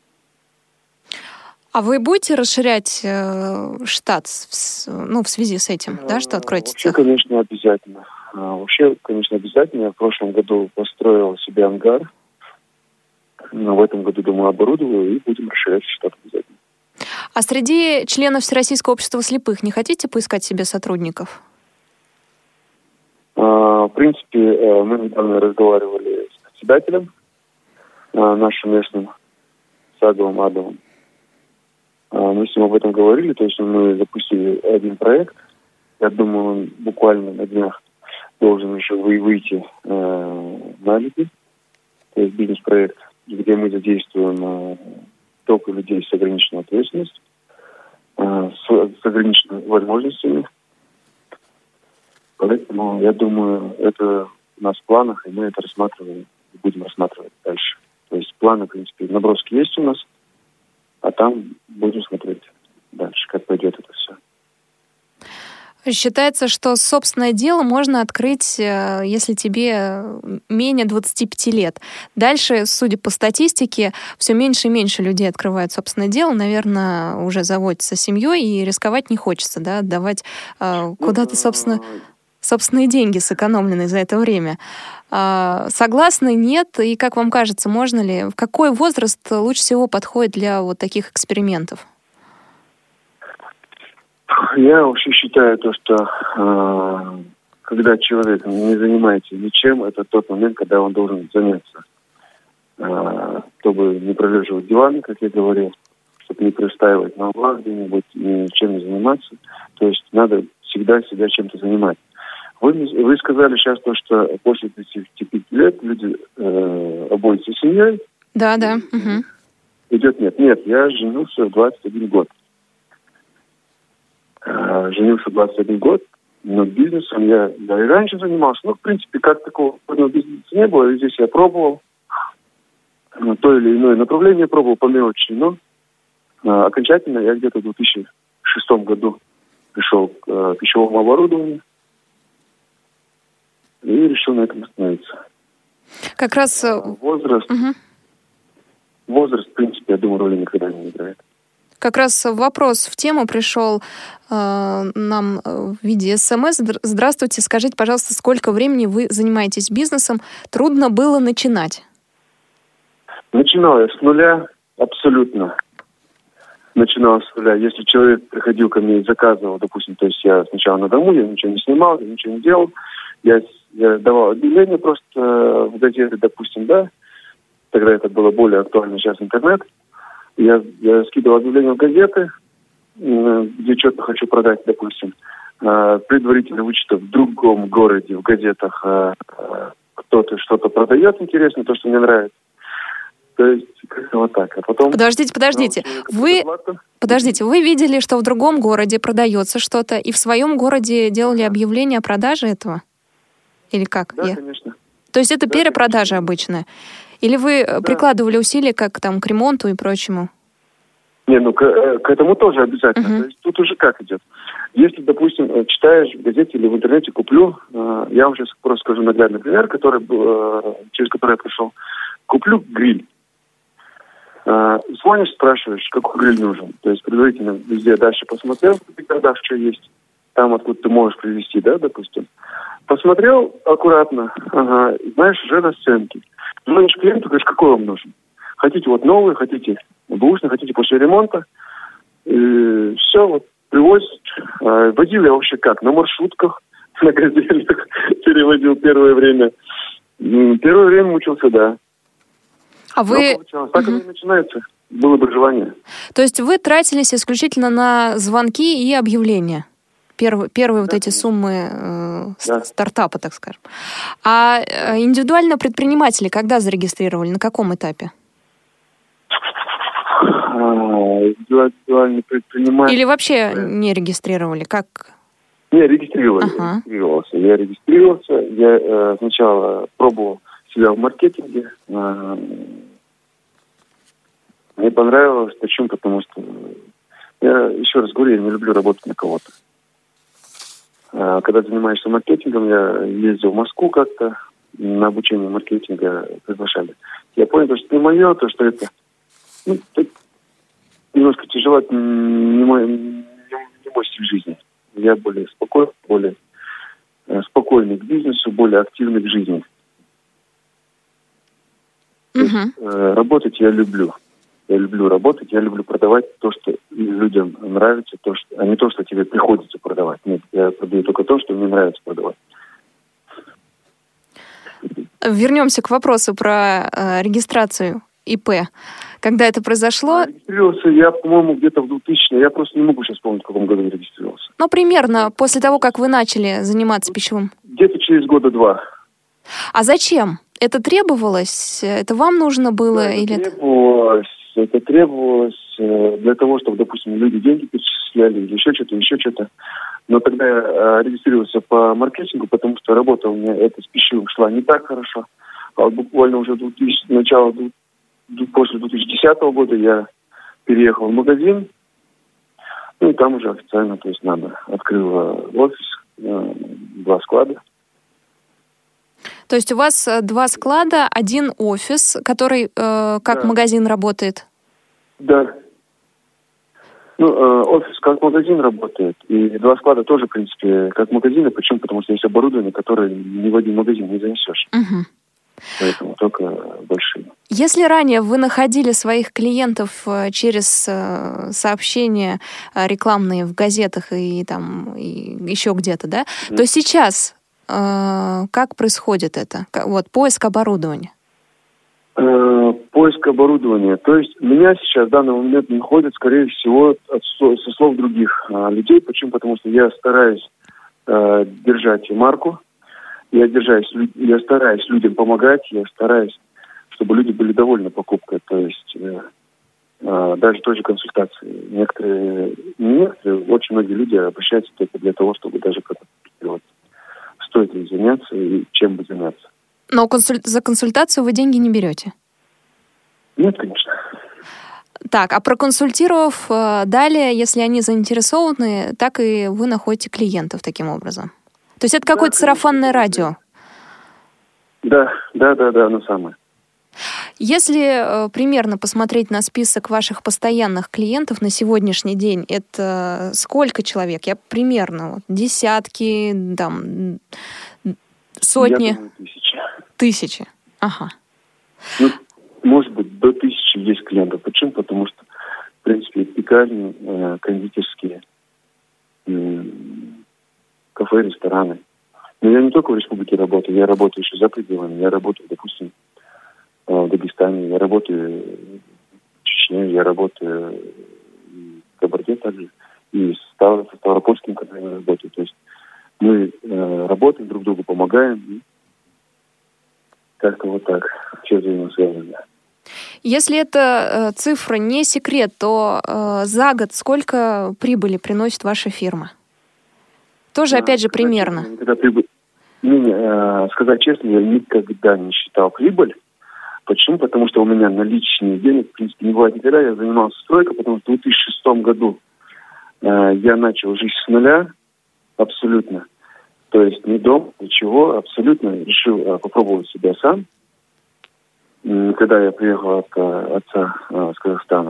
А вы будете расширять э, штат в, ну, в связи с этим, да, что откроете Вообще, цех? конечно, обязательно. Вообще, конечно, обязательно. Я в прошлом году построил себе ангар. Но в этом году, думаю, оборудую и будем расширять штат обязательно. А среди членов Всероссийского общества слепых не хотите поискать себе сотрудников? В принципе, мы недавно разговаривали с председателем нашим местным, Саговым Адовым. Мы с ним об этом говорили, то есть мы запустили один проект. Я думаю, он буквально на днях должен еще выйти на люди. То есть бизнес-проект, где мы задействуем только людей с ограниченной ответственностью, с ограниченными возможностями. Поэтому, я думаю, это у нас в планах, и мы это рассматриваем и будем рассматривать дальше. То есть планы, в принципе, наброски есть у нас, а там будем смотреть дальше, как пойдет это все. Считается, что собственное дело можно открыть, если тебе менее двадцати пяти лет. Дальше, судя по статистике, все меньше и меньше людей открывают собственное дело. Наверное, уже заводятся семьей, и рисковать не хочется, да, отдавать э, куда-то, собственно, собственные деньги, сэкономленные за это время. Э, согласны, нет? И как вам кажется, можно ли? В какой возраст лучше всего подходит для вот таких экспериментов? Я вообще считаю то, что э, когда человек не занимается ничем, это тот момент, когда он должен заняться. Э, чтобы не пролеживать диваны, как я говорил, чтобы не пристаивать на углах где-нибудь, ничем не заниматься. То есть надо всегда себя чем-то занимать. Вы, вы сказали сейчас то, что после тридцати пяти лет люди э, обоятся семьей. Да, да. Угу. Идет нет. Нет, я женился в двадцать один год. Женился двадцать один год, но бизнесом я, я и раньше занимался. Ну, в принципе, как такого бизнеса не было. И здесь я пробовал. то или иное направление пробовал по мелочи, но а, окончательно я где-то в две тысячи шестом году пришел к а, пищевому оборудованию и решил на этом остановиться. Как раз... Возраст, угу. возраст, в принципе, я думаю, роли никогда не играет. Как раз вопрос в тему пришел э, нам в виде смс. Здравствуйте, скажите, пожалуйста, сколько времени вы занимаетесь бизнесом? Трудно было начинать? Начинал я с нуля, абсолютно. Начинал с нуля. Если человек приходил ко мне и заказывал, допустим, то есть я сначала на дому, я ничего не снимал, я ничего не делал, я, я давал объявление просто в газеты, допустим, да, тогда это было более актуально, сейчас интернет. Я, я скидывал объявления в газеты, где что-то хочу продать, допустим. Предварительно вычитав в другом городе, в газетах, кто-то что-то продает интересно, то, что мне нравится. То есть, как-то вот так. А потом... Подождите, подождите. Вы... Подождите, вы видели, что в другом городе продается что-то, и в своем городе делали объявление о продаже этого? Или как? Да, Я... конечно. То есть это да, перепродажа конечно. обычная? Или вы да. прикладывали усилия как там к ремонту и прочему? Не, ну к, к этому тоже обязательно. Uh-huh. То есть тут уже как идет. Если, допустим, читаешь в газете или в интернете, куплю, э, я вам сейчас просто скажу наглядный пример, который, э, через который я прошел. Куплю гриль. Э, звонишь, спрашиваешь, какой гриль нужен. То есть предварительно везде дальше посмотрел, в городах что есть. Там, откуда ты можешь привезти, да, допустим. Посмотрел аккуратно, ага, знаешь, уже расценки. Звонишь клиенту, говоришь, какой вам нужен. Хотите вот новый, хотите бэушный, хотите после ремонта. И все, вот привозят. А, водил я вообще как? На маршрутках, на газелях переводил первое время. Первое время мучился, да. А вы... Так угу. оно и начинается. Было бы желание. То есть вы тратились исключительно на звонки и объявления? Первые, первые да, вот эти суммы э, да. стартапа, так скажем. А э, индивидуально предприниматели когда зарегистрировали? На каком этапе? А, индивидуальный предприниматель... Или вообще не регистрировали? Как? Не, регистрировали. Ага. Регистрировался. Я регистрировался. Я э, сначала пробовал себя в маркетинге. Э, мне понравилось. Почему? Потому что я, еще раз говорю, я не люблю работать на кого-то. Когда занимаешься маркетингом, я ездил в Москву как-то, на обучение маркетинга приглашали. Я понял, что это не мое, то, что это, ну, это немножко тяжело, не мой, не мой стиль жизни. Я более спокойный, более спокойный к бизнесу, более активный к жизни. Uh-huh. Есть, работать я люблю. Я люблю работать, я люблю продавать то, что людям нравится, то, что, а не то, что тебе приходится продавать. Нет, я продаю только то, что мне нравится продавать. Вернемся к вопросу про э, регистрацию ИП. Когда это произошло? Регистрировался я, по-моему, где-то в двухтысячном. Я просто не могу сейчас помнить, в каком году я регистрировался. Ну, примерно после того, как вы начали заниматься пищевым. Где-то через года два. А зачем? Это требовалось? Это вам нужно было? Да, или это требовалось. Это требовалось для того, чтобы, допустим, люди деньги перечисляли или еще что-то, еще что-то. Но тогда я регистрировался по маркетингу, потому что работа у меня эта с пищевым шла не так хорошо. А вот буквально уже с начала, после две тысячи десятого года я переехал в магазин. Ну и там уже официально, то есть надо, открыл офис, два склада. То есть у вас два склада, один офис, который э, как да. магазин работает? Да. Ну, э, офис как магазин работает. И два склада тоже, в принципе, как магазины. Почему? Потому что есть оборудование, которое ни в один магазин не занесешь. Угу. Поэтому только большие. Если ранее вы находили своих клиентов через сообщения рекламные в газетах и там и еще где-то, да, mm. то сейчас как происходит это? Вот, поиск оборудования. Э, поиск оборудования. То есть меня сейчас в данный момент находят, скорее всего, от, со слов других а, людей. Почему? Потому что я стараюсь а, держать марку, я, держаюсь, я стараюсь людям помогать, я стараюсь, чтобы люди были довольны покупкой. То есть э, а, даже той же консультации. Некоторые, не некоторые, очень многие люди обращаются только для того, чтобы даже проконсультироваться. Стоит ли заняться и чем бы заняться. Но консуль... за консультацию вы деньги не берете? Нет, конечно. Так, а проконсультировав далее, если они заинтересованы, так и вы находите клиентов таким образом. То есть это да, какое-то конечно, сарафанное радио? Да, да, да, да, оно самое. Если э, примерно посмотреть на список ваших постоянных клиентов на сегодняшний день, это сколько человек? Я примерно вот, десятки, там, сотни? Я думаю, тысячи. Тысячи, ага. Ну, может быть, до тысячи есть клиентов. Почему? Потому что, в принципе, пекарни, э, кондитерские, э, кафе, рестораны. Но я не только в республике работаю, я работаю еще за пределами. Я работаю, допустим, в Дагестане, я работаю в Чечне, я работаю в Кабарде также, и с Ставропольским каналом работаю. То есть мы э, работаем, друг другу помогаем, и как-то вот так, все взаимосвязано. Если эта э, цифра не секрет, то э, за год сколько прибыли приносит ваша фирма? Тоже, а, опять же, примерно. Честно, прибыль... не, не, э, сказать честно, я никогда не считал прибыль. Почему? Потому что у меня наличные денег, в принципе, не бывает никогда. Я занимался стройкой, потому что в две тысячи шестом году э, я начал жить с нуля абсолютно. То есть ни дом, ничего, абсолютно решил э, попробовать себя сам. Э, когда я приехал от э, отца э, с Казахстана.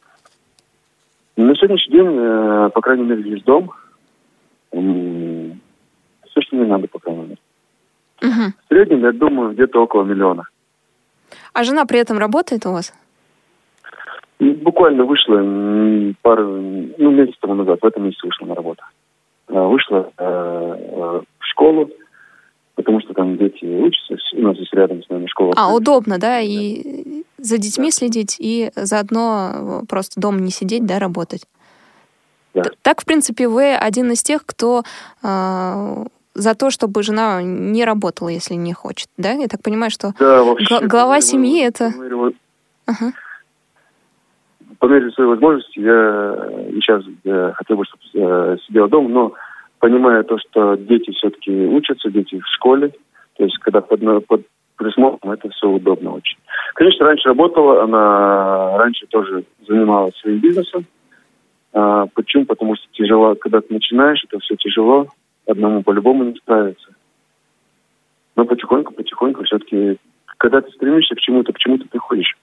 На сегодняшний день, э, по крайней мере, есть дом. Э, все, что мне надо, по крайней мере. Угу. В среднем, я думаю, где-то около миллиона. А жена при этом работает у вас? Буквально вышла пару, ну, месяц тому назад, в этом месяце вышла на работу. Вышла э, в школу, потому что там дети учатся, у нас здесь рядом с нами школа. А, удобно, да, и за детьми да. следить, и заодно просто дома не сидеть, да, работать. Да. Так, в принципе, вы один из тех, кто... Э, за то, чтобы жена не работала, если не хочет, да? Я так понимаю, что да, вообще, г- глава по семьи мере, это... По мере, ага. по мере своей возможности я и сейчас я хотел бы, чтобы я сидел дома, но понимая то, что дети все-таки учатся, дети в школе, то есть когда под, под присмотром, это все удобно очень. Конечно, раньше работала, она раньше тоже занималась своим бизнесом. А, почему? Потому что тяжело, когда ты начинаешь, это все тяжело. Одному по-любому не справиться. Но потихоньку, потихоньку все-таки, когда ты стремишься к чему-то, к чему ты приходишь.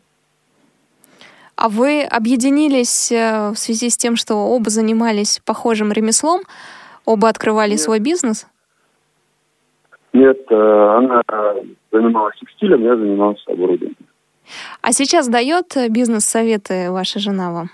А вы объединились в связи с тем, что оба занимались похожим ремеслом? Оба открывали Нет. свой бизнес? Нет, она занималась текстилем, я занимался оборудованием. А сейчас дает бизнес-советы ваша жена вам?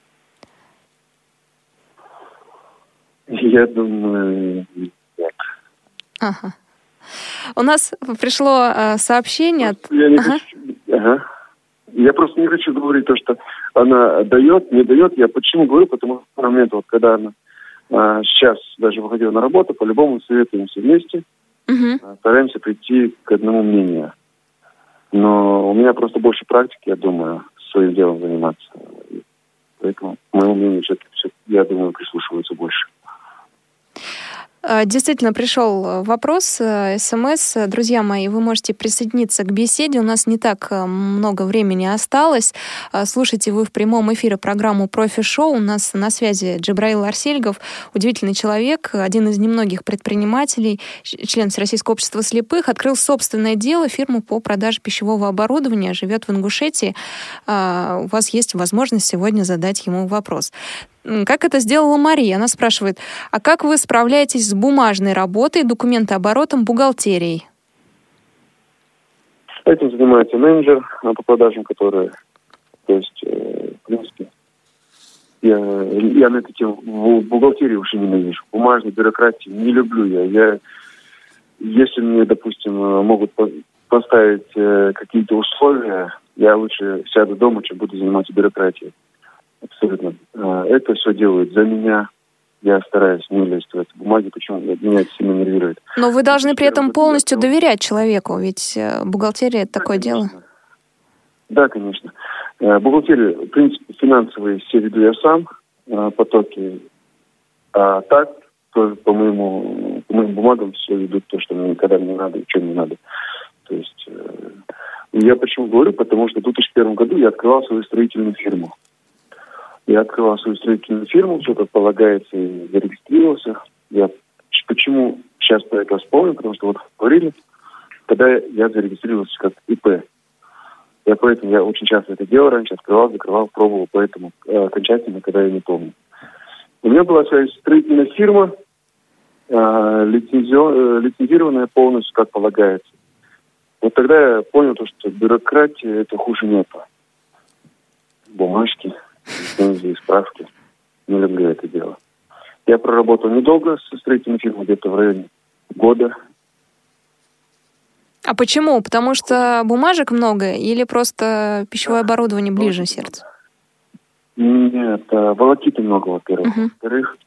Я думаю, нет. Ага. У нас пришло э, сообщение... От... Я, не ага. хочу... ага. я просто не хочу говорить то, что она дает, не дает. Я почему говорю? Потому что в момент, вот, когда она а, сейчас даже выходила на работу, по-любому советуемся вместе, угу. а, стараемся прийти к одному мнению. Но у меня просто больше практики, я думаю, своим делом заниматься. Поэтому, к моему мнению, все-таки, я думаю, прислушиваются больше. Действительно, пришел вопрос, смс. Друзья мои, вы можете присоединиться к беседе. У нас не так много времени осталось. Слушайте вы в прямом эфире программу «Профи-шоу». У нас на связи Джабраил Арсельгов, удивительный человек, один из немногих предпринимателей, член Всероссийского общества слепых, открыл собственное дело, фирму по продаже пищевого оборудования, живет в Ингушетии. У вас есть возможность сегодня задать ему вопрос. Как это сделала Мария? Она спрашивает, а как вы справляетесь с бумажной работой, документооборотом, бухгалтерией? Этим занимается менеджер по продажам, который, то есть, э, в принципе, я, я на эту тему в бухгалтерии уже ненавижу. Бумажной бюрократии не люблю я. я. Если мне, допустим, могут поставить э, какие-то условия, я лучше сяду дома, чем буду заниматься бюрократией. Абсолютно. Это все делают за меня. Я стараюсь не лезть в эти бумаги, почему меня это сильно нервирует. Но вы должны при этом полностью доверять человеку, ведь бухгалтерия — это такое дело. Да, конечно. Бухгалтерия, в принципе, финансовые все веду я сам, потоки. А так, тоже по моему, по моим бумагам все ведут то, что мне, когда мне надо и что мне надо. То есть Я почему говорю? Потому что в две тысячи первом году я открывал свою строительную фирму. Я открывал свою строительную фирму, все как полагается, и зарегистрировался. Я почему сейчас про это вспомнил, потому что вот говорили, когда я зарегистрировался как ИП. Я поэтому, я очень часто это делал раньше, открывал, закрывал, пробовал, поэтому э, окончательно, когда я не помню. У меня была своя строительная фирма, э, лицензио, э, лицензированная полностью, как полагается. Вот тогда я понял, то, что бюрократия это хуже нету. Бумажки, лицензии, справки. Не люблю это дело. Я проработал недолго со строительной фирмой, где-то в районе года. А почему? Потому что бумажек много или просто пищевое оборудование ближе сердцу? Нет, волокиты много, во-первых. Uh-huh. Во-вторых,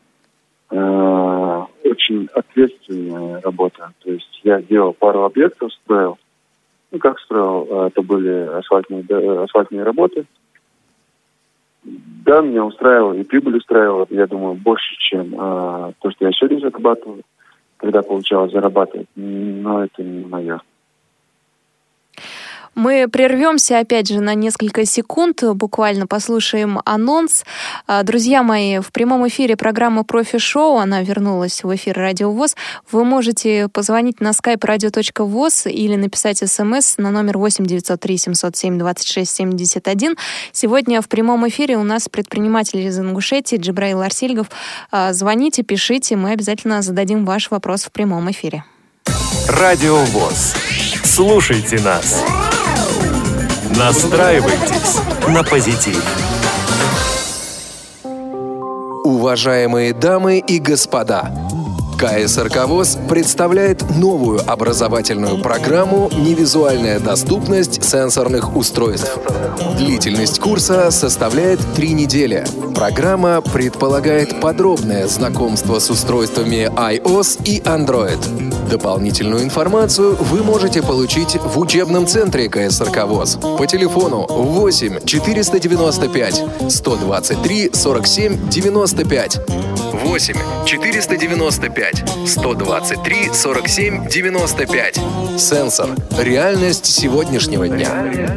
э, очень ответственная работа. То есть я делал пару объектов, строил. Ну, как строил? Это были асфальтные, асфальтные работы. Да, меня устраивало, и прибыль устраивала, я думаю, больше, чем э, то, что я сегодня зарабатываю, когда получалось зарабатывать. Но это не мое. Мы прервемся опять же на несколько секунд, буквально послушаем анонс. Друзья мои, в прямом эфире программа «Профи-шоу», она вернулась в эфир Радио ВОС. Вы можете позвонить на skype radio точка voz или написать смс на номер восемь девятьсот три семьсот семь двадцать шесть семьдесят один. Сегодня в прямом эфире у нас предприниматель из Ингушетии Джибраил Арсельгов. Звоните, пишите, мы обязательно зададим ваш вопрос в прямом эфире. Радио ВОС. Слушайте нас. Настраивайтесь на позитив. Уважаемые дамы и господа, КСРК ВОС представляет новую образовательную программу «Невизуальная доступность сенсорных устройств». Длительность курса составляет три недели. Программа предполагает подробное знакомство с устройствами iOS и Android. Дополнительную информацию вы можете получить в учебном центре КСРК ВОС по телефону восемь четыреста девяносто пять сто двадцать три сорок семь девяносто пять. восемь четыреста девяносто пять сто двадцать три сорок семь девяносто пять. Сенсор. Реальность сегодняшнего дня.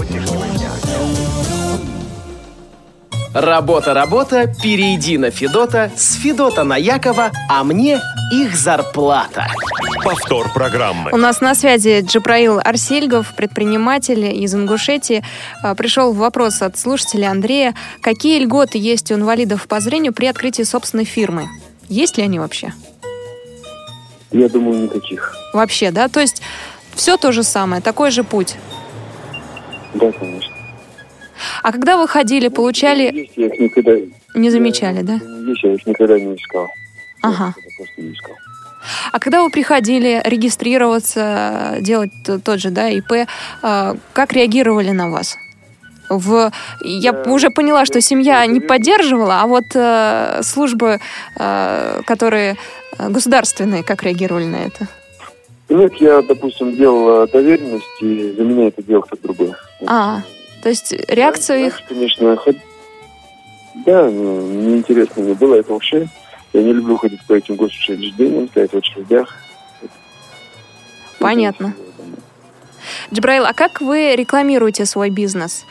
Работа, работа, перейди на Федота, с Федота на Якова, а мне их зарплата. Повтор программы. У нас на связи Джибраил Арсельгов, предприниматель из Ингушетии. Пришел вопрос от слушателя Андрея. Какие льготы есть у инвалидов по зрению при открытии собственной фирмы? Есть ли они вообще? Я думаю, никаких. Вообще, да? То есть все то же самое, такой же путь? Да, конечно. А когда вы ходили, получали... Есть, я их никогда... Не замечали, да? Есть, я их никогда не искал. Ага. Я просто не искал. А когда вы приходили регистрироваться, делать тот же, да, ИП, как реагировали на вас? В... Я да, уже поняла, что семья не поддерживала, а вот э, службы, э, которые государственные, как реагировали на это? Нет, я, допустим, делал доверенность, и за меня это делал кто-то другой. А, то есть реакция да, их... Конечно, ход... да, неинтересно мне было это вообще. Я не люблю ходить по этим госучреждениям, стоять в очередях. Понятно. Джибраил, а как вы рекламируете свой бизнес?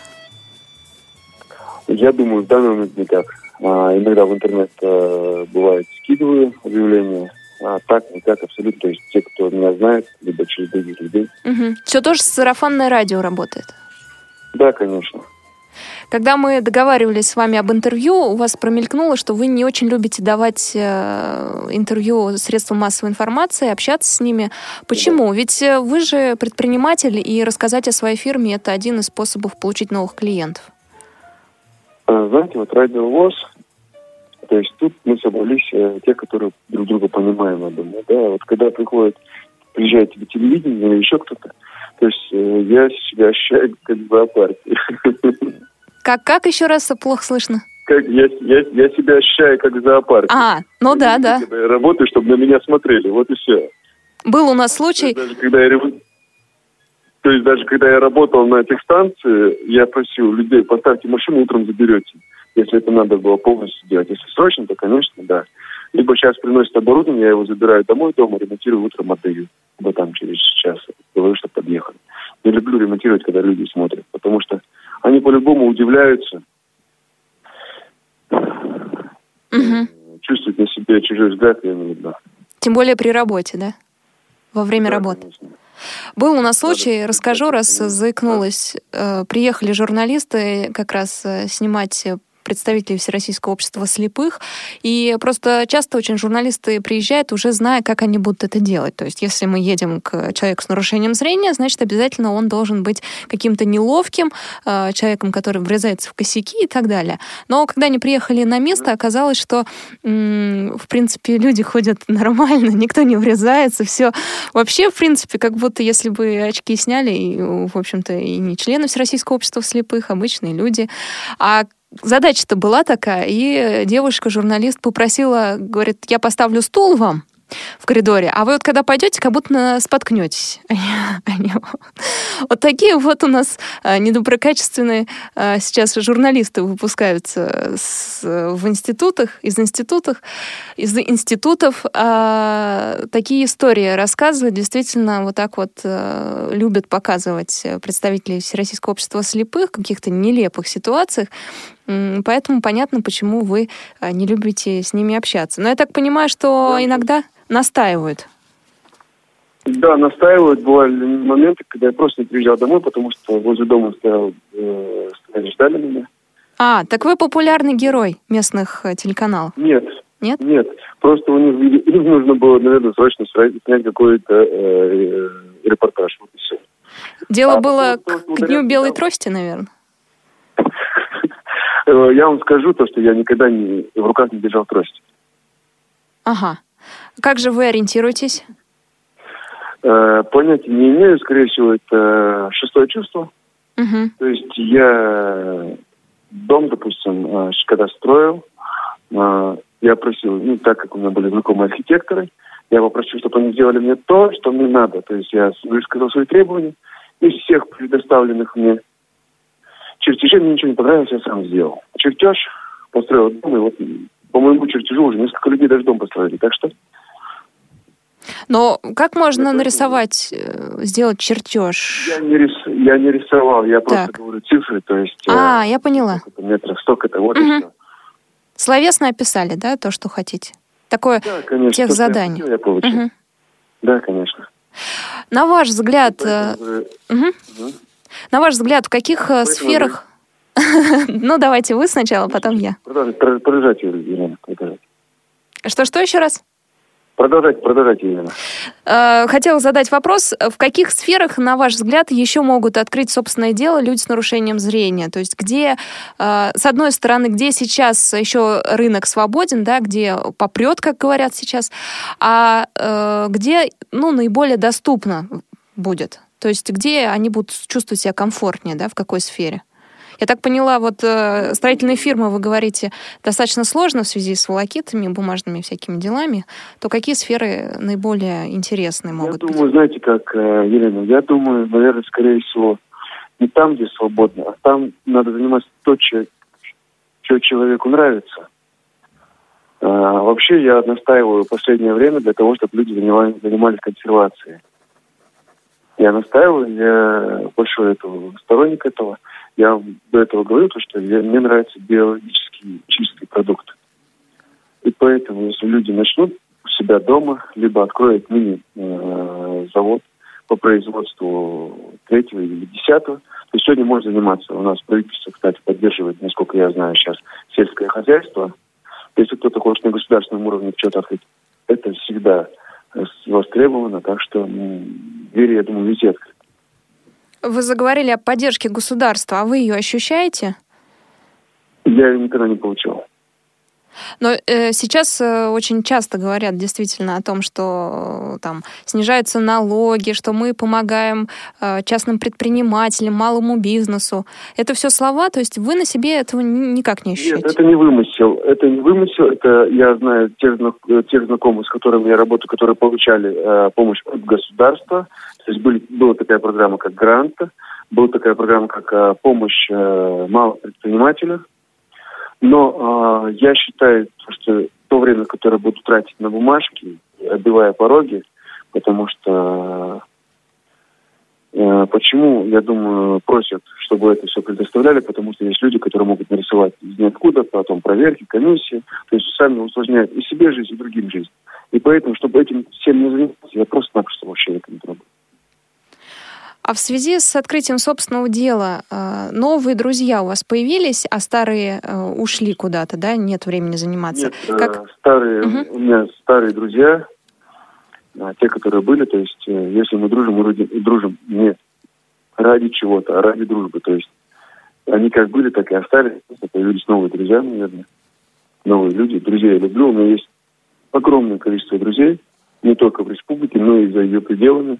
Я думаю, в данный момент никак. А, иногда в интернет а, бывает скидываю объявления, а так никак абсолютно. То есть те, кто меня знает, либо через других людей. Угу. Все тоже сарафанное радио работает? Да, конечно. Когда мы договаривались с вами об интервью, у вас промелькнуло, что вы не очень любите давать э, интервью средствам массовой информации, общаться с ними. Почему? Да. Ведь вы же предприниматель, и рассказать о своей фирме – это один из способов получить новых клиентов. Знаете, вот Радио ВОС, то есть тут мы собрались э, те, которые друг друга понимаем, я думаю. Да? Вот когда приходит, приезжает тебе телевидение или еще кто-то, то есть э, я себя ощущаю как в зоопарке. Как, как еще раз плохо слышно? Как я, я, я себя ощущаю как в зоопарке. А, ну да, да. Когда я работаю, чтобы на меня смотрели, вот и все. Был у нас случай... Даже когда я, то есть даже когда я работал на техстанции, я просил людей, поставьте машину, утром заберете. Если это надо было полностью сделать. Если срочно, то, конечно, да. Либо сейчас приносят оборудование, я его забираю домой, дома ремонтирую, утром отдаю. Либо там через час говорю, что подъехали. Не люблю комментировать, когда люди смотрят, потому что они по-любому удивляются, Угу. чувствуют на себе чужой взгляд, я имею в виду. Тем более при работе, да? Во время Да, работы. конечно. Был у нас случай, Да, расскажу, да, раз да. заикнулась. Э, Приехали журналисты как раз э, снимать представителей Всероссийского общества слепых, и просто часто очень журналисты приезжают, уже зная, как они будут это делать. То есть, если мы едем к человеку с нарушением зрения, значит, обязательно он должен быть каким-то неловким э, человеком, который врезается в косяки и так далее. Но когда они приехали на место, оказалось, что, м, в принципе, люди ходят нормально, никто не врезается, все вообще, в принципе, как будто если бы очки сняли, и, в общем-то, и не члены Всероссийского общества слепых, обычные люди. А задача-то была такая, и девушка-журналист попросила, говорит, я поставлю стул вам в коридоре, а вы вот когда пойдете, как будто споткнетесь. Вот такие вот у нас недоброкачественные сейчас журналисты выпускаются в институтах, из институтов, из институтов. Такие истории рассказывают, действительно вот так вот любят показывать представители Всероссийского общества слепых в каких-то нелепых ситуациях. Поэтому понятно, почему вы не любите с ними общаться. Но я так понимаю, что иногда настаивают. Да, настаивают. Бывали моменты, когда я просто не приезжал домой, потому что возле дома стоял, э, стояли, ждали меня. А, так вы популярный герой местных э, телеканалов? Нет. Нет? Нет. Просто у них, им нужно было, наверное, срочно снять какой-то э, репортаж. Вот и все. Дело а было то, к Дню белой трости, наверное? Я вам скажу то, что я никогда не, в руках не держал трость. Ага. Как же вы ориентируетесь? Э, понятия не имею, скорее всего, это шестое чувство. Угу. То есть я дом, допустим, когда строил, я просил, ну, так как у меня были знакомые архитекторы, я попросил, чтобы они сделали мне то, что мне надо. То есть я высказал свои требования. Из всех предоставленных мне чертежей мне ничего не понравилось, я сам сделал. Чертеж построил дом, и вот по моему чертежу уже несколько людей даже дом построили. Так что... Но как можно я нарисовать, э, сделать чертеж? Я не, рис... я не рисовал, я просто Так. говорю цифры, то есть... А, э, я поняла. Сколько-то метров, столько-то, вот Угу. и все. Словесно описали, да, то, что хотите? Такое Да, конечно. техзадание. Я, я получил. Угу. Да, конечно. На ваш взгляд... Поэтому, э, угу. угу. На ваш взгляд, в каких Поэтому сферах... Ну, давайте вы сначала, потом я. Продолжайте, продолжайте, Елена, продолжайте. Что-что еще раз? Продолжайте, продолжайте, Елена. Э, Хотела задать вопрос. В каких сферах, на ваш взгляд, еще могут открыть собственное дело люди с нарушением зрения? То есть где, э, с одной стороны, где сейчас еще рынок свободен, да, где попрет, как говорят сейчас, а э, где, ну, наиболее доступно будет? То есть где они будут чувствовать себя комфортнее, да, в какой сфере? Я так поняла, вот э, строительные фирмы, вы говорите, достаточно сложно в связи с волокитами, бумажными всякими делами, то какие сферы наиболее интересные могут я быть? думаю, знаете как, Елена, я думаю, наверное, скорее всего, не там, где свободно, а там надо заниматься то, что, что человеку нравится. А, вообще я настаиваю в последнее время для того, чтобы люди занимались, занимались консервацией. Я настаиваю, я большой этого, сторонник этого. Я до этого говорил, что я, мне нравится биологически чистый продукт. И поэтому, если люди начнут у себя дома, либо откроют мини-завод по производству третьего или десятого, то сегодня можно заниматься. У нас правительство, кстати, поддерживает, насколько я знаю, сейчас сельское хозяйство. Если кто-то хочет на государственном уровне что-то открыть, это всегда востребовано. Так что двери, я думаю, везде открыты. Вы заговорили о поддержке государства, а вы ее ощущаете? Я ее никогда не получал. Но э, сейчас э, очень часто говорят действительно о том, что э, там снижаются налоги, что мы помогаем э, частным предпринимателям, малому бизнесу. Это все слова, то есть вы на себе этого никак не ощущаете? Нет, это не вымысел. Это не вымысел. Это я знаю тех, тех знакомых, с которыми я работаю, которые получали э, помощь от государства. То есть были, была такая программа, как грант, была такая программа, как э, помощь э, малым предпринимателям. Но э, я считаю, что то время, которое буду тратить на бумажки, оббивая пороги, потому что Почему, я думаю, просят, чтобы это все предоставляли, потому что есть люди, которые могут нарисовать из ниоткуда, потом проверки, комиссии, то есть сами усложняют и себе жизнь, и другим жизнь. И поэтому, чтобы этим всем не заниматься, я просто-напросто вообще это не трогаю. А в связи с открытием собственного дела новые друзья у вас появились, а старые ушли куда-то, да? Нет времени заниматься? Нет, как... старые, угу. у меня старые друзья, те, которые были, то есть если мы дружим, мы дружим не ради чего-то, а ради дружбы. То есть они как были, так и остались. Появились новые друзья, наверное, новые люди. Друзей я люблю, у меня есть огромное количество друзей, не только в республике, но и за ее пределами.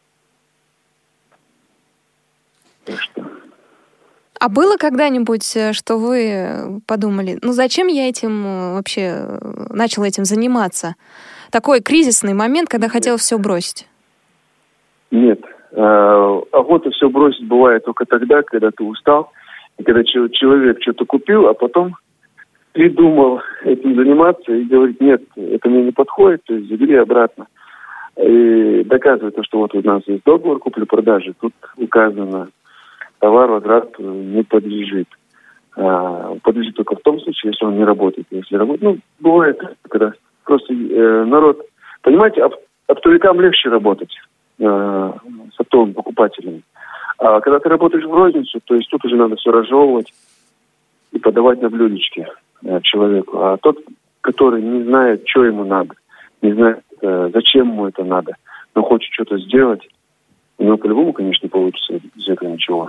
Так что... А было когда-нибудь, что вы подумали, ну зачем я этим вообще начал этим заниматься? Такой кризисный момент, когда хотел все бросить? Нет. Охота все бросить бывает только тогда, когда ты устал, и когда человек что-то купил, а потом придумал этим заниматься и говорит, нет, это мне не подходит, то есть забери обратно. И доказывает то, что вот у нас есть договор купли-продажи, тут указано, товар возврату не подлежит. А, подлежит только в том случае, если он не работает. Если работает, ну, бывает, когда просто э, народ... Понимаете, оп- оптовикам легче работать э, с оптовыми покупателями. А когда ты работаешь в розницу, то есть тут уже надо все разжевывать и подавать на блюдечке э, человеку. А тот, который не знает, что ему надо, не знает, э, зачем ему это надо, но хочет что-то сделать, у него по-любому, конечно, не получится из этого ничего.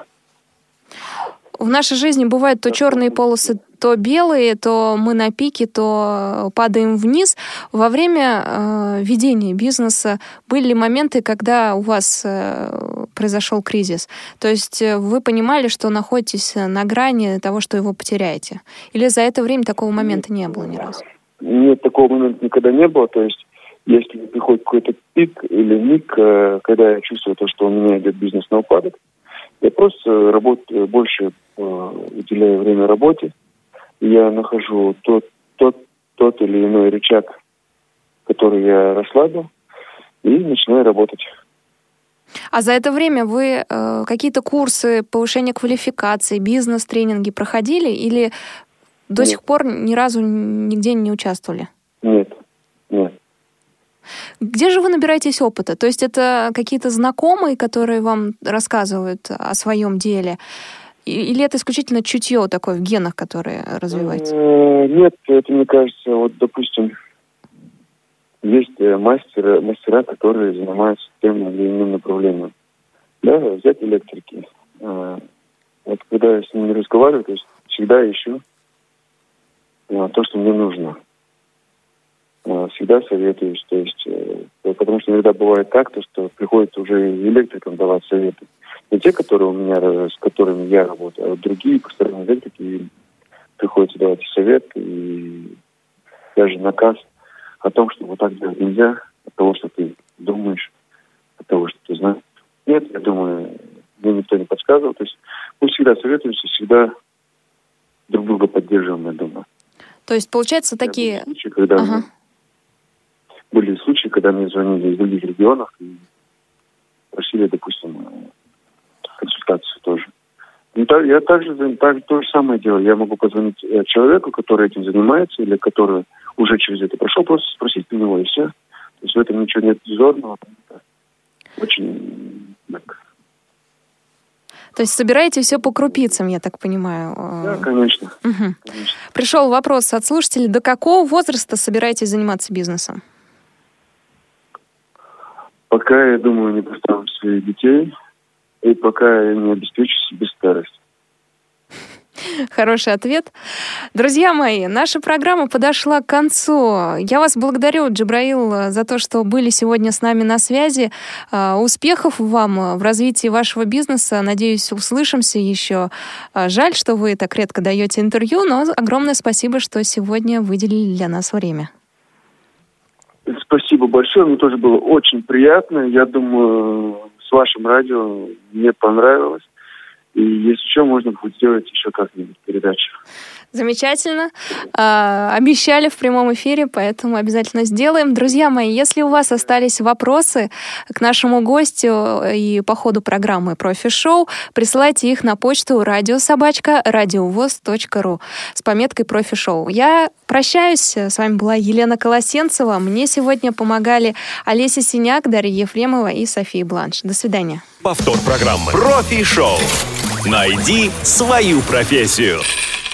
В нашей жизни бывают то черные полосы, то белые, то мы на пике, то падаем вниз. Во время э, ведения бизнеса были моменты, когда у вас э, произошел кризис. То есть вы понимали, что находитесь на грани того, что его потеряете? Или за это время такого момента не было ни разу? Нет, такого момента никогда не было. То есть если приходит какой-то пик или ник, э, когда я чувствую то, что у меня идет бизнес на упадок, я просто работаю, больше э, уделяю время работе. Я нахожу тот, тот, тот или иной рычаг, который я расслабил, и начинаю работать. А за это время вы э, какие-то курсы повышения квалификации, бизнес-тренинги проходили или до Нет. сих пор ни разу нигде не участвовали? Нет, нет. Где же вы набираетесь опыта? То есть это какие-то знакомые, которые вам рассказывают о своем деле? Или это исключительно чутье такое в генах, которые развиваются? Нет, это, мне кажется, вот, допустим, есть мастеры, мастера, которые занимаются тем или иным направлением. Да, взять электрики. Вот когда я с ними разговариваю, то есть всегда ищу то, что мне нужно. Всегда советуюсь, то есть, потому что иногда бывает так, то, что приходится уже электрикам давать советы. Не те, которые у меня, с которыми я работаю, а вот другие постоянные электрики, приходится давать совет и даже наказ о том, что вот так делать нельзя, от того, что ты думаешь, от того, что ты знаешь. Нет, я думаю, мне никто не подсказывал. То есть мы всегда советуемся, всегда друг друга поддерживаем, я думаю. То есть, получается, такие... Были случаи, когда, ага. мне... Были случаи, когда мне звонили из других регионов и просили, допустим, консультацию тоже. Я также так, то же самое делаю. Я могу позвонить человеку, который этим занимается, или который уже через это прошел, просто спросить у него, и все. То есть в этом ничего нет зазорного. Очень так. То есть собираете все по крупицам, я так понимаю? Да, конечно. Угу. конечно. Пришел вопрос от слушателей. До какого возраста собираетесь заниматься бизнесом? Пока, я думаю, не поставлю своих детей, и пока я не обеспечу себе старость. Хороший ответ. Друзья мои, наша программа подошла к концу. Я вас благодарю, Джабраил, за то, что были сегодня с нами на связи. Успехов вам в развитии вашего бизнеса. Надеюсь, услышимся еще. Жаль, что вы так редко даете интервью, но огромное спасибо, что сегодня выделили для нас время. Спасибо большое. Мне тоже было очень приятно. Я думаю, с вашим радио мне понравилось. И если что, можно будет сделать еще как-нибудь передачу. Замечательно. А, обещали в прямом эфире, поэтому обязательно сделаем. Друзья мои, если у вас остались вопросы к нашему гостю и по ходу программы «Профи-шоу», присылайте их на почту радиособачка радиовоз точка ру с пометкой «Профи-шоу». Я прощаюсь. С вами была Елена Колосенцева. Мне сегодня помогали Олеся Синяк, Дарья Ефремова и София Бланш. До свидания. Повтор программы «Профи-шоу». Найди свою профессию.